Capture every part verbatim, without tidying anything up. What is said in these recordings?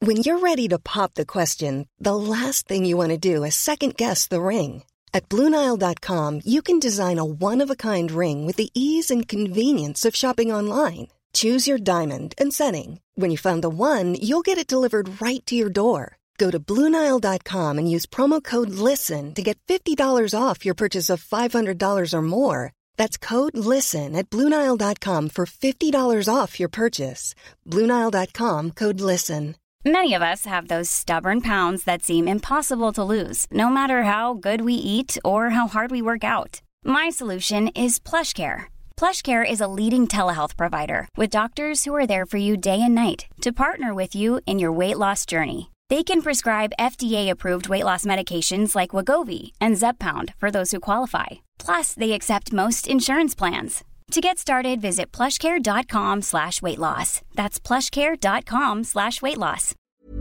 When you're ready to pop the question, the last thing you want to do is second-guess the ring. At Blue Nile dot com, you can design a one-of-a-kind ring with the ease and convenience of shopping online. Choose your diamond and setting. When you find the one, you'll get it delivered right to your door. Go to Blue Nile dot com and use promo code LISTEN to get fifty dollars off your purchase of five hundred dollars or more. That's code LISTEN at Blue Nile dot com for fifty dollars off your purchase. Blue Nile dot com, code LISTEN. Many of us have those stubborn pounds that seem impossible to lose, no matter how good we eat or how hard we work out. My solution is PlushCare. PlushCare is a leading telehealth provider with doctors who are there for you day and night to partner with you in your weight loss journey. They can prescribe F D A-approved weight loss medications like Wegovy and Zepbound for those who qualify. Plus, they accept most insurance plans. To get started, visit plushcare.com slash weight loss. That's plushcare.com slash weight loss.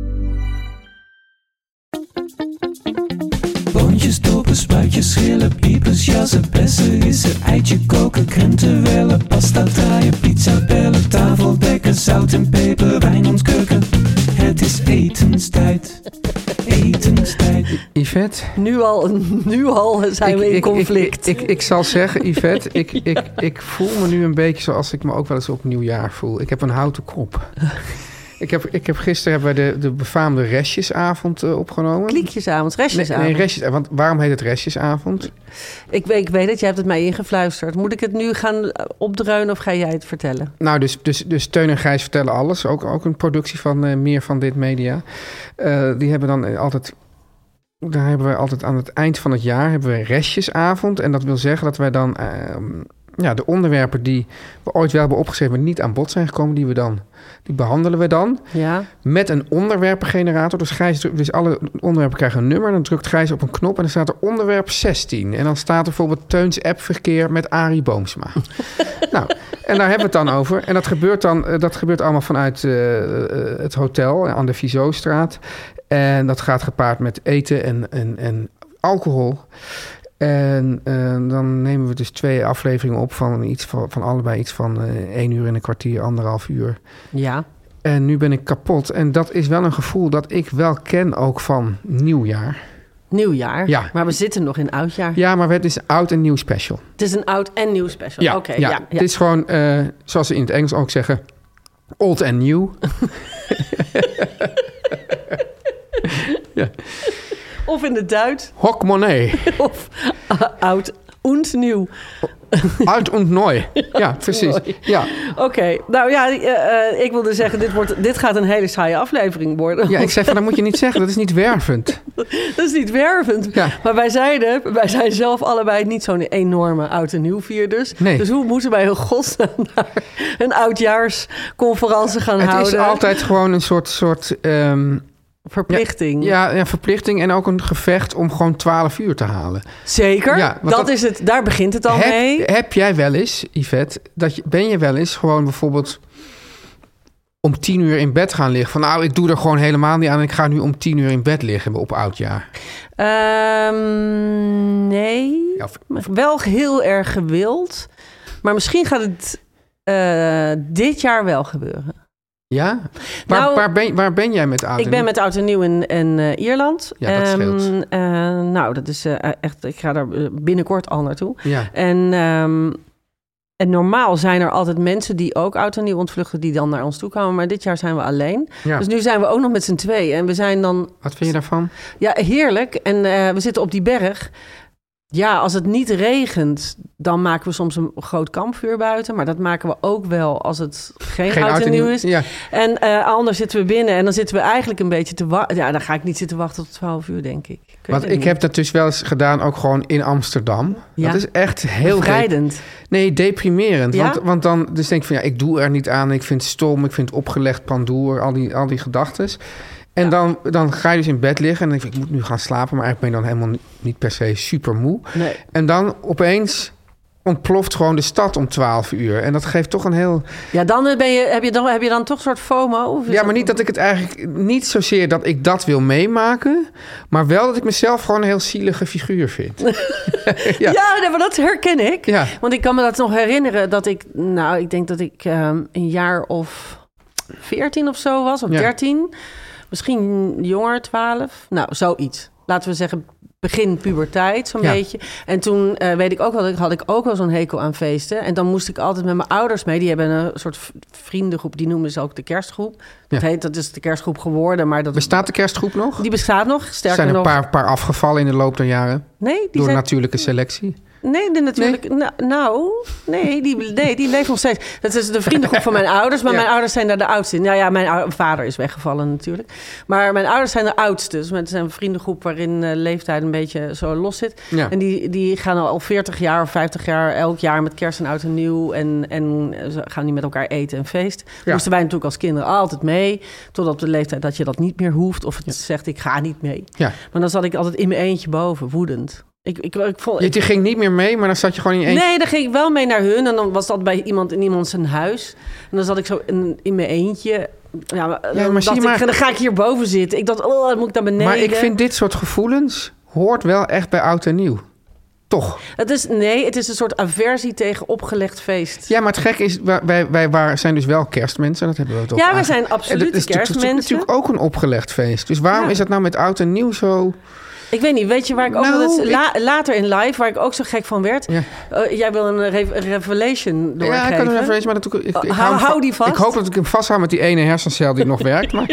Boontjes, dopen, spuitjes, schillen, piepers, jassen, bessen, rissen, eitje koken, krenten wellen, pasta draaien, pizza bellen, tafel dekken, zout en peper, wijn ontkurken. Het is etenstijd, etenstijd. Yvette? Nu al, nu al zijn ik, we in ik, conflict. Ik, ik, ik, ik zal zeggen, Yvette, ik, ja. ik, ik voel me nu een beetje zoals ik me ook wel eens op nieuwjaar voel. Ik heb een houten kop. Ik heb, ik heb gisteren hebben we de, de befaamde restjesavond uh, opgenomen. Kliekjesavond, restjesavond. Nee, nee, restjes, want waarom heet het restjesavond? Ik weet, ik weet het, jij hebt het mij ingefluisterd. Moet ik het nu gaan opdreunen of ga jij het vertellen? Nou, dus, dus, dus Teun en Gijs vertellen alles. Ook, ook een productie van uh, Meer van Dit Media. Uh, die hebben dan altijd... Daar hebben we altijd aan het eind van het jaar hebben we restjesavond. En dat wil zeggen dat wij dan... Uh, ja, de onderwerpen die we ooit wel hebben opgeschreven... maar niet aan bod zijn gekomen, die we dan... die behandelen we dan ja. met een onderwerpengenerator. Dus, Gijs, dus alle onderwerpen krijgen een nummer. Dan drukt Gijs op een knop en dan staat er onderwerp zestien. En dan staat er bijvoorbeeld Teuns appverkeer met Arie Boomsma. Nou, en daar hebben we het dan over. En dat gebeurt dan dat gebeurt allemaal vanuit uh, het hotel aan de Vizostraat. En dat gaat gepaard met eten en, en, en alcohol. En uh, dan nemen we dus twee afleveringen op van, iets van, van allebei iets van uh, één uur en een kwartier, anderhalf uur. Ja. En nu ben ik kapot. En dat is wel een gevoel dat ik wel ken ook van nieuwjaar. Nieuwjaar? Ja. Maar we zitten nog in oudjaar. Ja, maar het is een oud en nieuw special. Het is een oud en nieuw special. Ja, Oké. okay, ja, ja. ja. Het is gewoon, uh, zoals ze in het Engels ook zeggen, old and new. Ja. Of in het Duits. Hock Monet. Of uh, oud und nieuw. Oud en neu. Ja, precies. Ja. Oké, okay. nou ja, uh, uh, ik wilde zeggen, dit, wordt, dit gaat een hele saaie aflevering worden. Ja, ik zeg van, dat moet je niet zeggen. Dat is niet wervend. Dat is niet wervend. Ja. Maar wij zeiden, wij zijn zelf allebei niet zo'n enorme oud en nieuw vierders. Nee. Dus hoe moeten wij in godsnaam naar een oudjaarsconferentie gaan het houden? Het is altijd gewoon een soort... soort um, verplichting. Ja, ja, verplichting en ook een gevecht om gewoon twaalf uur te halen. Zeker, ja, dat, dat is het. Daar begint het al heb, mee. Heb jij wel eens, Yvette, dat je, ben je wel eens gewoon bijvoorbeeld om tien uur in bed gaan liggen? Van nou, ik doe er gewoon helemaal niet aan. Ik ga nu om tien uur in bed liggen op oudjaar. Um, nee, ja, of, wel heel erg gewild. Maar misschien gaat het uh, dit jaar wel gebeuren. Ja? Waar, nou, waar, ben, waar ben jij met oud en Ik ben met oud en nieuw in, in uh, Ierland. Ja, dat scheelt. Um, uh, nou, dat is uh, echt... Ik ga daar binnenkort al naartoe. Ja. En, um, en normaal zijn er altijd mensen die ook oud en nieuw ontvluchten... die dan naar ons toe komen. Maar dit jaar zijn we alleen. Ja. Dus nu zijn we ook nog met z'n tweeën. En we zijn dan... Wat vind je daarvan? Ja, heerlijk. En uh, we zitten op die berg... Ja, als het niet regent, dan maken we soms een groot kampvuur buiten. Maar dat maken we ook wel als het geen, geen oud en nieuw is. Ja. En uh, anders zitten we binnen en dan zitten we eigenlijk een beetje te wachten. Ja, dan ga ik niet zitten wachten tot twaalf uur, denk ik. ik Want ik niet. heb dat dus wel eens gedaan, ook gewoon in Amsterdam. Ja. Dat is echt heel... Bevrijdend. Dep- nee, deprimerend. Ja? Want, want dan dus denk ik van, ja, ik doe er niet aan. Ik vind het stom, ik vind het opgelegd pandoer, al die, al die gedachtes. En ja. dan, dan ga je dus in bed liggen en dan denk ik, ik moet nu gaan slapen. Maar eigenlijk ben je dan helemaal niet per se super moe. Nee. En dan opeens ontploft gewoon de stad om twaalf uur. En dat geeft toch een heel... Ja, dan, ben je, heb, je dan heb je dan toch een soort FOMO? Of ja, maar niet dat ik het eigenlijk... Niet zozeer dat ik dat wil meemaken... maar wel dat ik mezelf gewoon een heel zielige figuur vind. ja, ja nee, maar dat herken ik. Ja. Want ik kan me dat nog herinneren dat ik... Nou, ik denk dat ik um, een jaar of veertien of zo was, of ja. dertien... Misschien jonger, twaalf. Nou, zoiets. Laten we zeggen begin puberteit, zo'n Ja. beetje. En toen uh, weet ik ook wel, had ik ook wel zo'n hekel aan feesten. En dan moest ik altijd met mijn ouders mee. Die hebben een soort v- vriendengroep, die noemen ze ook de kerstgroep. Dat Ja. heet, dat is de kerstgroep geworden. Maar dat Bestaat de kerstgroep nog? Die bestaat nog, Er sterker zijn een nog. paar, paar afgevallen in de loop der jaren. Nee, die Door zijn... natuurlijke selectie. Nee, de natuurlijk. Nou, nou, nee, die, nee, die leeft nog steeds. Dat is de vriendengroep van mijn ouders. Maar Ja. mijn ouders zijn daar de oudste in. Nou ja, mijn ou- vader is weggevallen natuurlijk. Maar mijn ouders zijn de oudste. Dus het is een vriendengroep waarin de leeftijd een beetje zo los zit. Ja. En die, die gaan al veertig jaar of vijftig jaar elk jaar met kerst en oud en nieuw. En, en ze gaan die met elkaar eten en feest. Ja. Moesten wij natuurlijk als kinderen altijd mee. Tot op de leeftijd dat je dat niet meer hoeft. Of het Ja. zegt, ik ga niet mee. Ja. Maar dan zat ik altijd in mijn eentje boven, woedend. Ik, ik, ik vond, Je, je ging niet meer mee, maar dan zat je gewoon in je eentje. Nee, dan ging ik wel mee naar hun. En dan was dat bij iemand in iemand zijn huis. En dan zat ik zo in, in mijn eentje. Ja, maar, dan, Ja, maar dacht zie je ik, maar- dan ga ik hierboven zitten. Ik dacht, oh, dan moet ik naar beneden. Maar ik vind dit soort gevoelens hoort wel echt bij oud en nieuw. Toch? Het is, nee, het is een soort aversie tegen opgelegd feest. Ja, maar het gekke is, wij, wij, wij waren- zijn dus wel kerstmensen. Dat hebben we toch Ja, wij aange- zijn En dat absolute is natuurlijk- kerstmensen. natuurlijk ook een opgelegd feest. Dus waarom Ja. is dat nou met oud en nieuw zo... Ik weet niet, weet je waar ik ook Nou, wel eens, ik- la- later in live, waar ik ook zo gek van werd. Ja. Uh, jij wil een re- revelation doorgeven. Ja, ik kan er even eens, maar dat, ik, ik, Oh, ik hou- hem hou va- die vast. Ik hoop dat ik hem vasthoud met die ene hersencel die nog werkt. Maar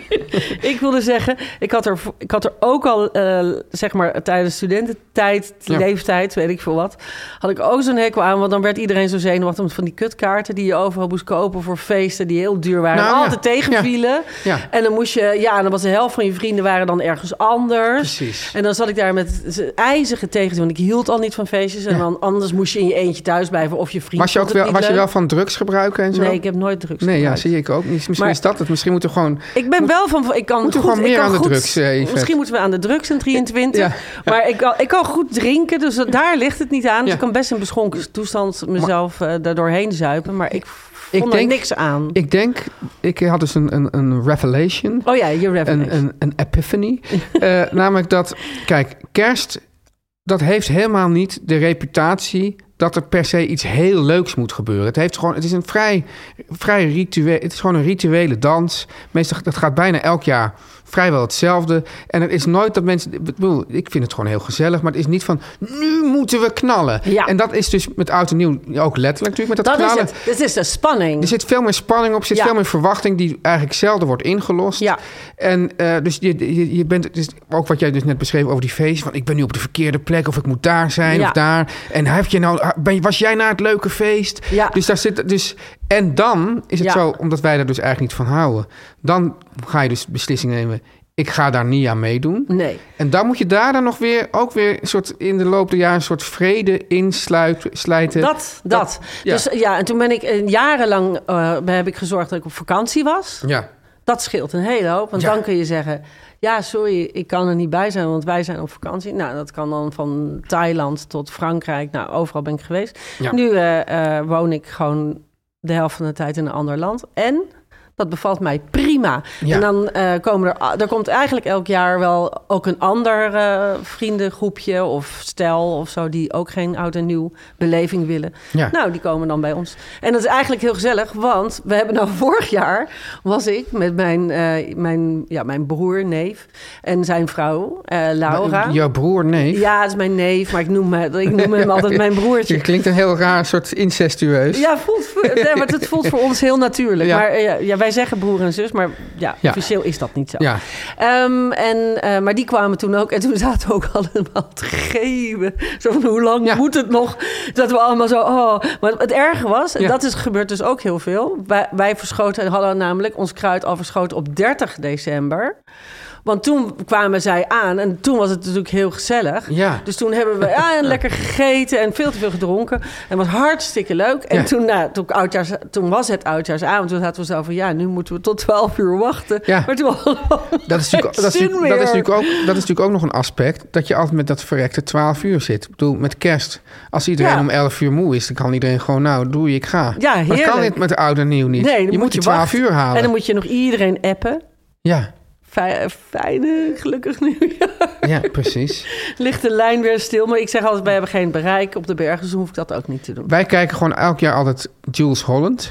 Ik wilde zeggen, ik had er, ik had er ook al, eh, zeg maar, tijdens studententijd, Ja. leeftijd, weet ik veel wat, had ik ook zo'n hekel aan. Want dan werd iedereen zo zenuwachtig met van die kutkaarten die je overal moest kopen voor feesten die heel duur waren. Nou, en ja. altijd tegenvielen. Ja. En dan moest je, ja, en dan was de helft van je vrienden waren dan ergens anders. Precies. En dan zat ik daar met ijzige tegenzin, want ik hield al niet van feestjes. En Ja. dan anders moest je in je eentje thuis blijven of je vriend was je, ook vond het wel, niet was je leuk. wel van drugs gebruiken en zo? Nee, ik heb nooit drugs Nee, ja, gebruikt. zie ik ook niet. Misschien Maar- is dat het. Misschien moeten we gewoon... Ik ben wel van... Ik kan Moeten we goed, gewoon ik meer kan aan de goed, drugs, eh, Yvette? Misschien moeten we aan de drugs in drieëntwintig. Ja, ja. Maar ik kan, ik kan goed drinken, dus dat- daar ligt het niet aan. Dus Ja. ik kan best in beschonken toestand mezelf uh, daar doorheen zuipen. Maar ik Ik vond er denk- niks aan. Ik denk, ik had dus een, een, een revelation. oh ja, je revelation. Een, een, een epiphany. Eh, namelijk dat, kijk, kerst, dat heeft helemaal niet de reputatie dat er per se iets heel leuks moet gebeuren. Het heeft gewoon, het is een vrij, vrij ritueel. Het is gewoon een rituele dans. Meestal, dat gaat bijna elk jaar vrijwel hetzelfde. En er is nooit dat mensen... Ik bedoel, ik vind het gewoon heel gezellig, maar het is niet van... nu moeten we knallen. Ja. En dat is dus met oud en nieuw ook letterlijk natuurlijk met dat, dat is knallen. het. Dit is de spanning. Er zit veel meer spanning op, er zit Ja. veel meer verwachting die eigenlijk zelden wordt ingelost. Ja. En uh, dus je, je, je bent, dus ook wat jij dus net beschreef over die feest, van ik ben nu op de verkeerde plek of ik moet daar zijn Ja. of daar. En heb je nou, ben, was jij naar het leuke feest? Ja. Dus daar zit dus. En dan is het Ja. zo, omdat wij daar dus eigenlijk niet van houden, dan ga je dus beslissing nemen. Ik ga daar niet aan meedoen. Nee. En dan moet je daar dan nog weer, ook weer een soort in de loop der jaren een soort vrede insluiten. Dat, dat. ja. Dus ja, en toen ben ik uh, jarenlang uh, heb ik gezorgd dat ik op vakantie was. Ja. Dat scheelt een hele hoop. Want Ja. dan kun je zeggen... ja, sorry, ik kan er niet bij zijn, want wij zijn op vakantie. Nou, dat kan dan van Thailand tot Frankrijk. Nou, overal ben ik geweest. Ja. Nu uh, uh, woon ik gewoon de helft van de tijd in een ander land. En dat bevalt mij prima. Ja. En dan uh, komen er... Er komt eigenlijk elk jaar wel ook een ander uh, vriendengroepje... of stel of zo, die ook geen oud en nieuw beleving willen. Ja. Nou, die komen dan bij ons. En dat is eigenlijk heel gezellig, want we hebben nou vorig jaar... was ik met mijn, uh, mijn, ja, mijn broer, neef en zijn vrouw, uh, Laura. Jouw broer, neef? Ja, het is mijn neef, maar ik noem, me, ik noem hem altijd mijn broertje. Je klinkt een heel raar soort incestueus. Ja, voelt, nee, maar het voelt voor ons heel natuurlijk. Ja. Maar ja, ja, wij zeggen broer en zus, maar ja, Ja. officieel is dat niet zo. Ja. Um, en, uh, maar die kwamen toen ook. En toen zaten we ook allemaal te geven. Zo van, hoe lang Ja. moet het nog? Dat we allemaal zo, oh. Maar het erge was, en Ja. dat is gebeurd dus ook heel veel. Wij, wij verschoten, hadden namelijk ons kruid al verschoten op dertig december. Want toen kwamen zij aan en toen was het natuurlijk heel gezellig. Ja. Dus toen hebben we ja, lekker gegeten en veel te veel gedronken. En was hartstikke leuk. En Ja. toen, nou, toen, oudjaars, toen was het oudjaarsavond. Toen zaten we zo van, ja, nu moeten we tot twaalf uur wachten. Ja. Maar toen hadden we Dat is, natuurlijk, dat, is zin natuurlijk, dat, is meer. natuurlijk ook, dat is natuurlijk ook nog een aspect... dat je altijd met dat verrekte twaalf uur zit. Ik bedoel, met kerst. Als iedereen Ja. om elf uur moe is... dan kan iedereen gewoon, nou, doei, ik ga. Ja, maar dat kan heerlijk. niet met de oude en nieuw niet. Nee, dan je moet moet je die twaalf wachten. uur halen. En dan moet je nog iedereen appen. Ja, Fij- Fijne, gelukkig nieuwjaar. ja, precies. Ligt de lijn weer stil. Maar ik zeg altijd, wij hebben geen bereik op de bergen. Dus dan hoef ik dat ook niet te doen. Wij kijken gewoon elk jaar altijd Jules Holland.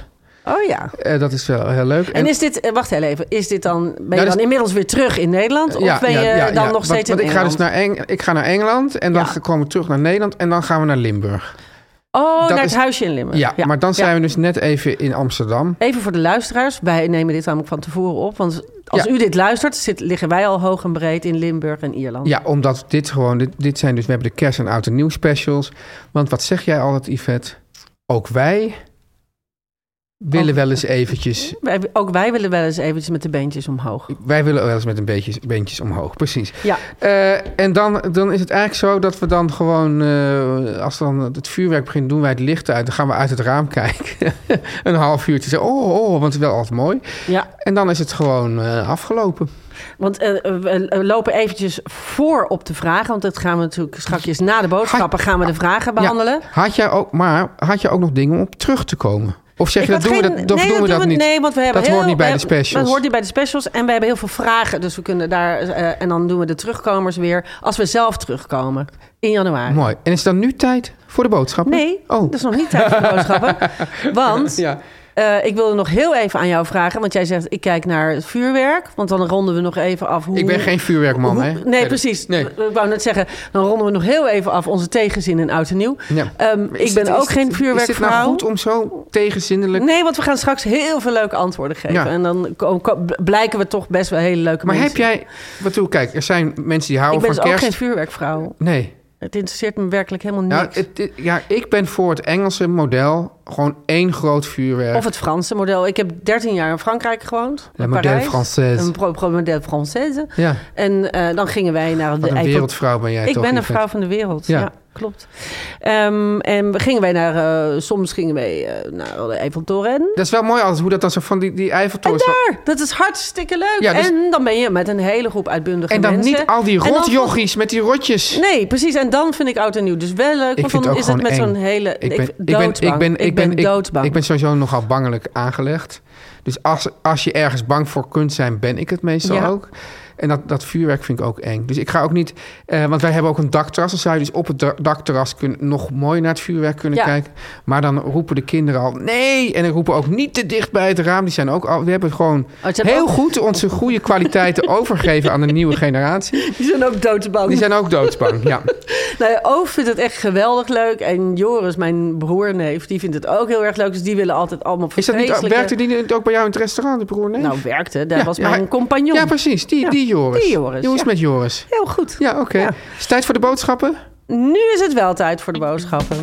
Oh ja. Uh, dat is wel heel leuk. En, en is dit, wacht heel even, is dit dan, ben je ja, dus, dan inmiddels weer terug in Nederland? Of ja, ben je ja, ja, dan ja. nog steeds want, in want Engeland? Ik ga dus naar, Eng, ik ga naar Engeland en dan ja. komen we terug naar Nederland en dan gaan we naar Limburg. Oh, dat naar het is, huisje in Limburg. Ja, ja. maar dan zijn ja. we dus net even in Amsterdam. Even voor de luisteraars, wij nemen dit namelijk van tevoren op. Want als ja. u dit luistert, zit, liggen wij al hoog en breed in Limburg en Ierland. Ja, omdat dit gewoon, dit, dit zijn dus, we hebben de kerst- en oud en nieuw specials. Want wat zeg jij altijd, Yvette? Ook wij willen ook, wel eens eventjes... Wij, ook wij willen wel eens eventjes met de beentjes omhoog. Wij willen wel eens met een beetje beentjes omhoog, precies. Ja. Uh, en dan, dan is het eigenlijk zo dat we dan gewoon... Uh, als dan het vuurwerk begint, doen wij het licht uit. Dan gaan we uit het raam kijken. een half uurtje zeggen, oh, oh, want het is wel altijd mooi. Ja. En dan is het gewoon uh, afgelopen. Want uh, we lopen eventjes voor op de vragen. Want dat gaan we natuurlijk straks na de boodschappen... gaan we de vragen behandelen. Ja, had jij ook, maar had je ook nog dingen om op terug te komen? Of zeg je, dat doen, geen, we dat, of nee, doen we dat we, niet? Nee, want we hebben dat heel, hoort niet bij de hebben, specials. Dat hoort niet bij de specials. En we hebben heel veel vragen. Dus we kunnen daar... Uh, en dan doen we de terugkomers weer... als we zelf terugkomen. In januari. Mooi. En is dan nu tijd voor de boodschappen? Nee, oh. dat is nog niet tijd voor de boodschappen. Want... Ja. Uh, ik wilde nog heel even aan jou vragen, want jij zegt, ik kijk naar het vuurwerk. Want dan ronden we nog even af hoe... Ik ben geen vuurwerkman, hè? Nee, nee, precies. Nee. Ik wou net zeggen, dan ronden we nog heel even af onze tegenzin in oud en nieuw. Ja. Um, ik ben het, ook geen het, vuurwerkvrouw. Is het nou goed om zo tegenzinnelijk... Nee, want we gaan straks heel veel leuke antwoorden geven. Ja. En dan ko- ko- blijken we toch best wel hele leuke maar mensen. Maar heb jij... Wat toe, kijk, er zijn mensen die houden van kerst... Ik ben dus ook geen vuurwerkvrouw. Nee. Het interesseert me werkelijk helemaal niks. Ja, het, het, ja, ik ben voor het Engelse model gewoon één groot vuurwerk. Of het Franse model. Ik heb dertien jaar in Frankrijk gewoond. Le modèle française. Een pro- pro- modèle française. Ja. En uh, dan gingen wij naar de Wat een Eiffel... wereldvrouw ben jij ik toch? Ik ben een Yvette? vrouw van de wereld, ja. ja. Klopt. Um, en we gingen wij naar... Uh, soms gingen wij uh, naar de Eiffeltoren. Dat is wel mooi altijd, hoe dat dan zo van die, die Eiffeltoren... En daar! Dat is hartstikke leuk. Ja, dus... En dan ben je met een hele groep uitbundige mensen. En dan mensen. niet al die rotjochies dan... met die rotjes. Nee, precies. En dan vind ik oud en nieuw dus wel leuk. Ik want dan is het met eng. zo'n hele... Ik ben, ik, ik ben, ik ben, ik ben, ik ben doodsbang. Ik, ik ben sowieso nogal bangelijk aangelegd. Dus als, als je ergens bang voor kunt zijn, ben ik het meestal ja. ook. En dat, dat vuurwerk vind ik ook eng. Dus ik ga ook niet... Uh, want wij hebben ook een dakterras. Dan zou je dus op het dakterras kunnen, nog mooi naar het vuurwerk kunnen ja. kijken. Maar dan roepen de kinderen al... Nee! En dan roepen ook niet te dicht bij het raam. Die zijn ook al... We hebben gewoon oh, heel ook... goed onze goede kwaliteiten overgegeven aan de nieuwe generatie. Die zijn ook doodsbang. Die zijn ook doodsbang, ja. Nou, Oof vindt het echt geweldig leuk. En Joris, mijn broer-neef, die vindt het ook heel erg leuk. Dus die willen altijd allemaal vreselijke... Is dat niet... Werkte die ook bij jou in het restaurant, de broer-neef? Nou, werkte. Dat ja, was mijn ja, compagnon. Ja, precies. Die, ja. die Joris. Die Joris. Jongens ja. met Joris. Heel goed. Ja, oké. Okay. Ja. Is het tijd voor de boodschappen? Nu is het wel tijd voor de boodschappen.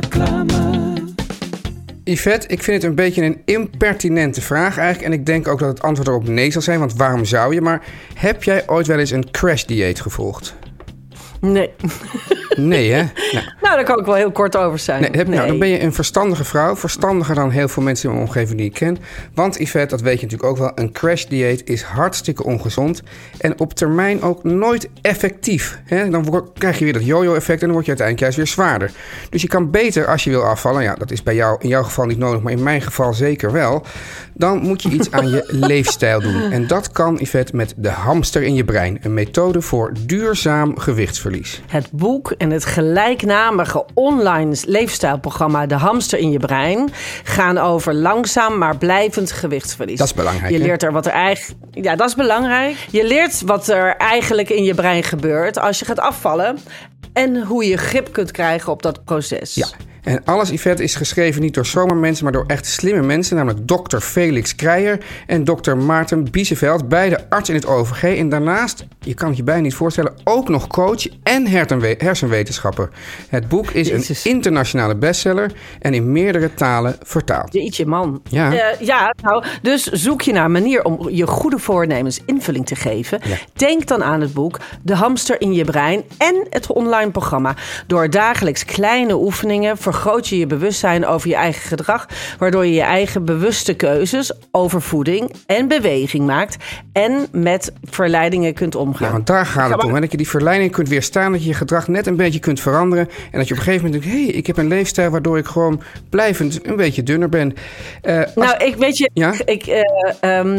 Yvette, ik vind het een beetje een impertinente vraag eigenlijk. En ik denk ook dat het antwoord erop nee zal zijn. Want waarom zou je? Maar heb jij ooit wel eens een crash-dieet gevolgd? Nee. Nee, hè? Nou, nou, daar kan ik wel heel kort over zijn. Nee, heb, nee. Nou, dan ben je een verstandige vrouw. Verstandiger dan heel veel mensen in mijn omgeving die ik ken. Want Yvette, dat weet je natuurlijk ook wel... een crash-dieet is hartstikke ongezond. En op termijn ook nooit effectief. Hè? Dan word, krijg je weer dat yo-yo-effect... en dan word je uiteindelijk juist weer zwaarder. Dus je kan beter, als je wil afvallen... ja, dat is bij jou in jouw geval niet nodig... maar in mijn geval zeker wel... dan moet je iets aan je leefstijl doen. En dat kan, Yvette, met de hamster in je brein. Een methode voor duurzaam gewichtsverlies. Het boek en het gelijknamige online leefstijlprogramma De Hamster in je Brein gaan over langzaam maar blijvend gewichtsverlies. Dat is belangrijk. Je hè? leert er wat er eigenlijk... Ja, dat is belangrijk. Je leert wat er eigenlijk in je brein gebeurt als je gaat afvallen en hoe je grip kunt krijgen op dat proces. Ja. En alles, Yvette, is geschreven niet door zomaar mensen... maar door echt slimme mensen, namelijk dokter Felix Kreijer... en dokter Maarten Bieseveld, beide arts in het O V G. En daarnaast, je kan het je bijna niet voorstellen... ook nog coach en hersenwetenschapper. Het boek is Jezus. een internationale bestseller... en in meerdere talen vertaald. Jeetje, man. Ja. Uh, ja, nou, dus zoek je naar een manier om je goede voornemens invulling te geven. Ja. Denk dan aan het boek De Hamster in je Brein... en het online programma. Door dagelijks kleine oefeningen... vergroot je je bewustzijn over je eigen gedrag... waardoor je je eigen bewuste keuzes over voeding en beweging maakt... en met verleidingen kunt omgaan. Ja, want daar gaat het om. Hè? Dat je die verleiding kunt weerstaan... dat je je gedrag net een beetje kunt veranderen... en dat je op een gegeven moment denkt... hé, hey, ik heb een leefstijl waardoor ik gewoon blijvend een beetje dunner ben. Uh, als... Nou, ik weet je... Ja? Ik, uh, um,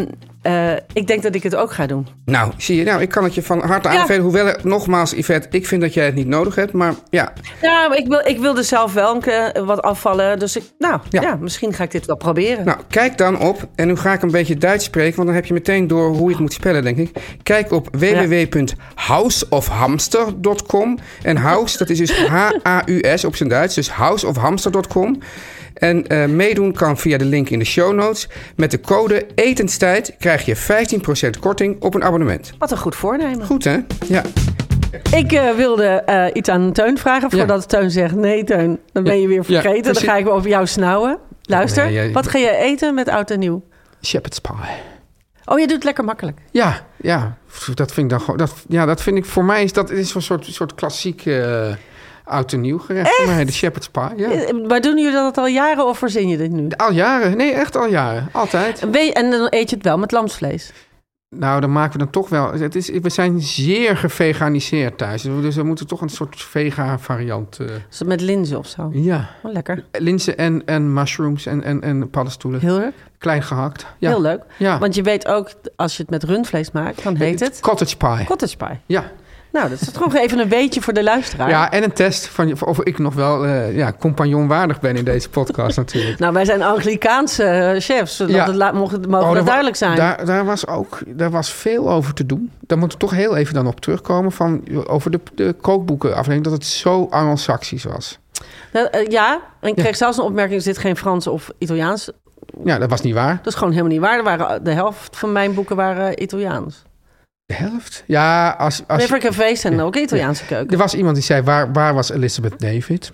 uh, ik denk dat ik het ook ga doen. Nou, zie je, nou, ik kan het je van harte Ja. aanbevelen. Hoewel, nogmaals, Yvette, ik vind dat jij het niet nodig hebt. Maar ja, Ja, maar ik, wil, ik wilde zelf wel een keer wat afvallen. Dus ik, nou, Ja. ja. misschien ga ik dit wel proberen. nou, kijk dan op. En nu ga ik een beetje Duits spreken, want dan heb je meteen door hoe je het moet spellen, denk ik. Kijk op w w w punt house of hamster punt com. En house, dat is dus H A U S op zijn Duits. Dus house of hamster punt com. En uh, meedoen kan via de link in de show notes. Met de code etenstijd krijg je vijftien procent korting op een abonnement. Wat een goed voornemen. Goed, hè? Ja. Ik uh, wilde uh, iets aan Teun vragen. Voordat Ja. Teun zegt, nee Teun, dan ben je weer vergeten. Ja, dan precies. ga ik wel op jou snauwen. Luister, Nee, jij- wat ga je eten met oud en nieuw? Shepherd's pie. Oh, je doet het lekker makkelijk. Ja, ja, dat vind ik dan gewoon. Dat, ja, dat vind ik voor mij is dat is een soort, soort klassiek uh, oud en nieuw gerecht voor mij, de shepherd's pie. Ja. Uh, Maar doen jullie dat al jaren of verzin je dit nu? Al jaren, nee, echt al jaren, altijd. En ben je- En dan eet je het wel met lamsvlees. Nou, dan maken we dan toch wel. Het is, we zijn zeer geveganiseerd thuis, dus we moeten toch een soort vega-variant. Uh, Dus met linzen of zo. ja, Oh, lekker. linzen en, en mushrooms en, en, en paddenstoelen, Heel leuk. klein gehakt. Ja. Heel leuk. Ja. Want je weet ook, als je het met rundvlees maakt, dan heet het Cottage pie. cottage pie. Ja. Nou, dat is toch even een weetje voor de luisteraar. Ja, en een test van of ik nog wel uh, ja, compagnonwaardig ben in deze podcast natuurlijk. Nou, wij zijn Anglikaanse uh, chefs. Dat Ja. het la- mogen mogen Oh, dat wa- duidelijk zijn. Daar, daar was ook daar was veel over te doen. Daar moeten we toch heel even dan op terugkomen van over de, de kookboekenafdeling dat het zo Anglo-Saxisch was. Uh, uh, ja, en ik kreeg zelfs een opmerking: er zit geen Frans of Italiaans. Ja, dat was niet waar. Dat is gewoon helemaal niet waar. Er waren, de helft van mijn boeken waren Italiaans. De helft? Ja, als, als River Cafés zijn ook Italiaanse keuken. er was iemand die zei waar, waar was Elizabeth David?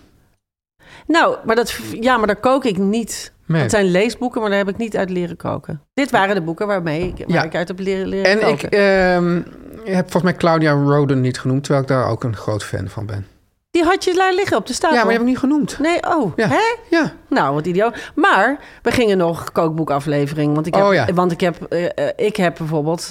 Nou, maar dat, ja, maar daar kook ik niet. Nee. Het zijn leesboeken, maar daar heb ik niet uit leren koken. Dit waren de boeken waarmee ik, waar Ja. ik uit heb leren, leren En koken. ik ehm, heb volgens mij Claudia Roden niet genoemd, terwijl ik daar ook een groot fan van ben. Die had je daar liggen op de stapel. Ja, maar die heb ik niet genoemd. Nee, oh, Ja. hè? Ja. Nou, wat idioot. Maar we gingen nog kookboekaflevering. Want ik heb, Oh, ja. want ik heb, uh, ik heb bijvoorbeeld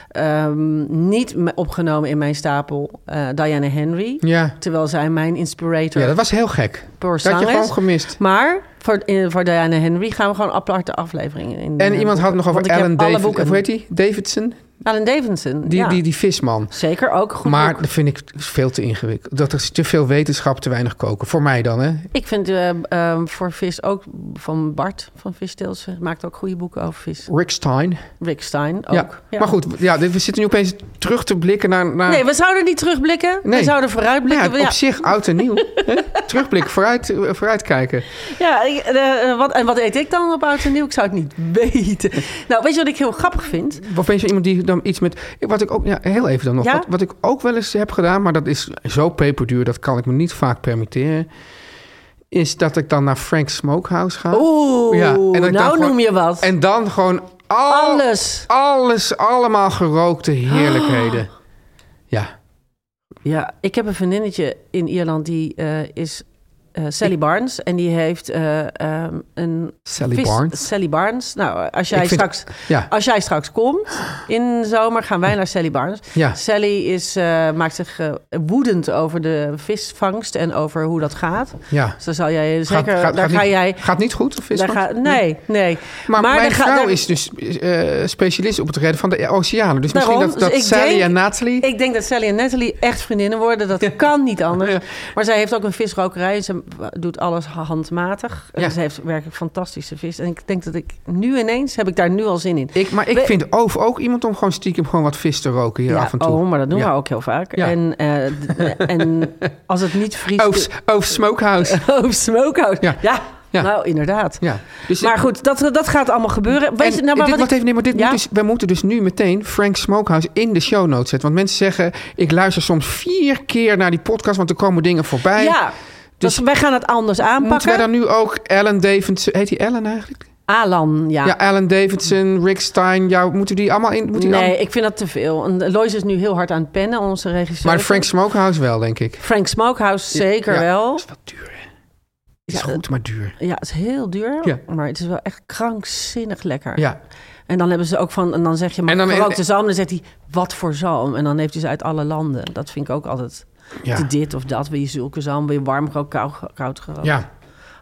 um, niet me- opgenomen in mijn stapel uh, Diana Henry. Ja. Terwijl zij mijn inspirator Ja, dat was heel gek. per Dat had zang je gewoon is. gemist. Maar voor, in, voor Diana Henry gaan we gewoon aparte afleveringen in. En uh, iemand had het nog over want ik heb Alan alle David, boeken. hoe heet die? Davidson? Alan Davidson, Die, ja. die, die visman. Zeker ook een goed Maar boek. dat vind ik veel te ingewikkeld. Dat is te veel wetenschap, te weinig koken. Voor mij dan, hè? Ik vind uh, um, voor vis ook van Bart van Vistils maakt ook goede boeken over vis. Rick Stein. Rick Stein ook. Ja. Ja. Maar goed, ja, we zitten nu opeens terug te blikken naar... naar... Nee, we zouden niet terugblikken. Nee. We zouden vooruitblikken. Ja, op zich oud en nieuw. Hè? Terugblikken, vooruit, uh, vooruitkijken. Ja, ik- uh, wat, en wat eet ik dan op oud en nieuw? Ik zou het niet weten. Nou, weet je wat ik heel grappig vind? Of ben je zo iemand die dan iets met... Wat ik ook... Ja, heel even dan nog. Ja? Wat, wat ik ook wel eens heb gedaan, maar dat is zo peperduur... dat kan ik me niet vaak permitteren... is dat ik dan naar Frank's Smokehouse ga. Oeh, Ja, en dat ik dan nou gewoon- noem je wat. En dan gewoon... Al, Alles. Alles, allemaal gerookte heerlijkheden. Ja. Ja, ik heb een vriendinnetje in Ierland die uh, is uh, Sally Barnes. En die heeft uh, um, een... Sally vis- Barnes? Sally Barnes. Nou, als jij, Ik vind- straks, Ja. als jij straks komt in de zomer, gaan wij naar Sally Barnes. Ja. Sally is, uh, maakt zich uh, woedend over de visvangst en over hoe dat gaat. Ja. Dus dan zal jij Gaat, zeker... gaat, daar gaat ga niet, jij... gaat niet goed, of Daar visvangst? ga, nee, nee. Maar, Maar mijn daar ga- vrouw daar- is dus uh, specialist op het redden van de oceanen. Dus Daarom, misschien dat, dat dus ik Sally denk- en Natalie... Ik denk dat Sally en Natalie echt vriendinnen worden. Dat kan niet anders. Ja. Maar zij heeft ook een visrokerij. Ze doet alles handmatig. Ja. Ze heeft werkelijk fantastische vis. En ik denk dat ik nu ineens... heb ik daar nu al zin in. Ik, maar ik We- vind Oof ook iemand om gewoon stiekem gewoon wat vis te roken hier ja, af en toe. oh, maar dat doen Ja. we ook heel vaak. Ja. En, eh, d- en als het niet vriest... Oof, Oof Smokehouse. Oh, smokehouse. Ja. Ja. Ja. Nou, inderdaad. Ja. Dus Maar goed, dat, dat gaat allemaal gebeuren. Weet en je, nou, maar dit, wat wacht ik- even, nee, maar dit Ja? moet dus, we moeten dus nu meteen Frank's Smokehouse in de show notes zetten. Want mensen zeggen, ik luister soms vier keer naar die podcast, want er komen dingen voorbij. Ja, Dus dus wij gaan het anders aanpakken. Moeten wij dan nu ook Alan Davidson... Heet die Alan eigenlijk? Alan, ja. Ja, Alan Davidson, Rick Stein. Jou, moeten die allemaal in... Moeten die Nee, allemaal- ik vind dat te veel. En Lois is nu heel hard aan het pennen, onze regisseur. Maar Frank's Smokehouse wel, denk ik. Frank Smokehouse zeker Ja, wel. Dat is wel duur, hè? Het is Ja, goed, maar duur. Ja, het is heel duur, Ja. maar het is wel echt krankzinnig lekker. Ja. En dan hebben ze ook van, en dan zeg je, maar En dan- gerookte zalm. Dan zegt hij, wat voor zalm? En dan heeft hij ze uit alle landen. Dat vind ik ook altijd Ja. te dit of dat. Wil je zulke zalm, wil je warm gerookt, koud, koud gerookt? Ja.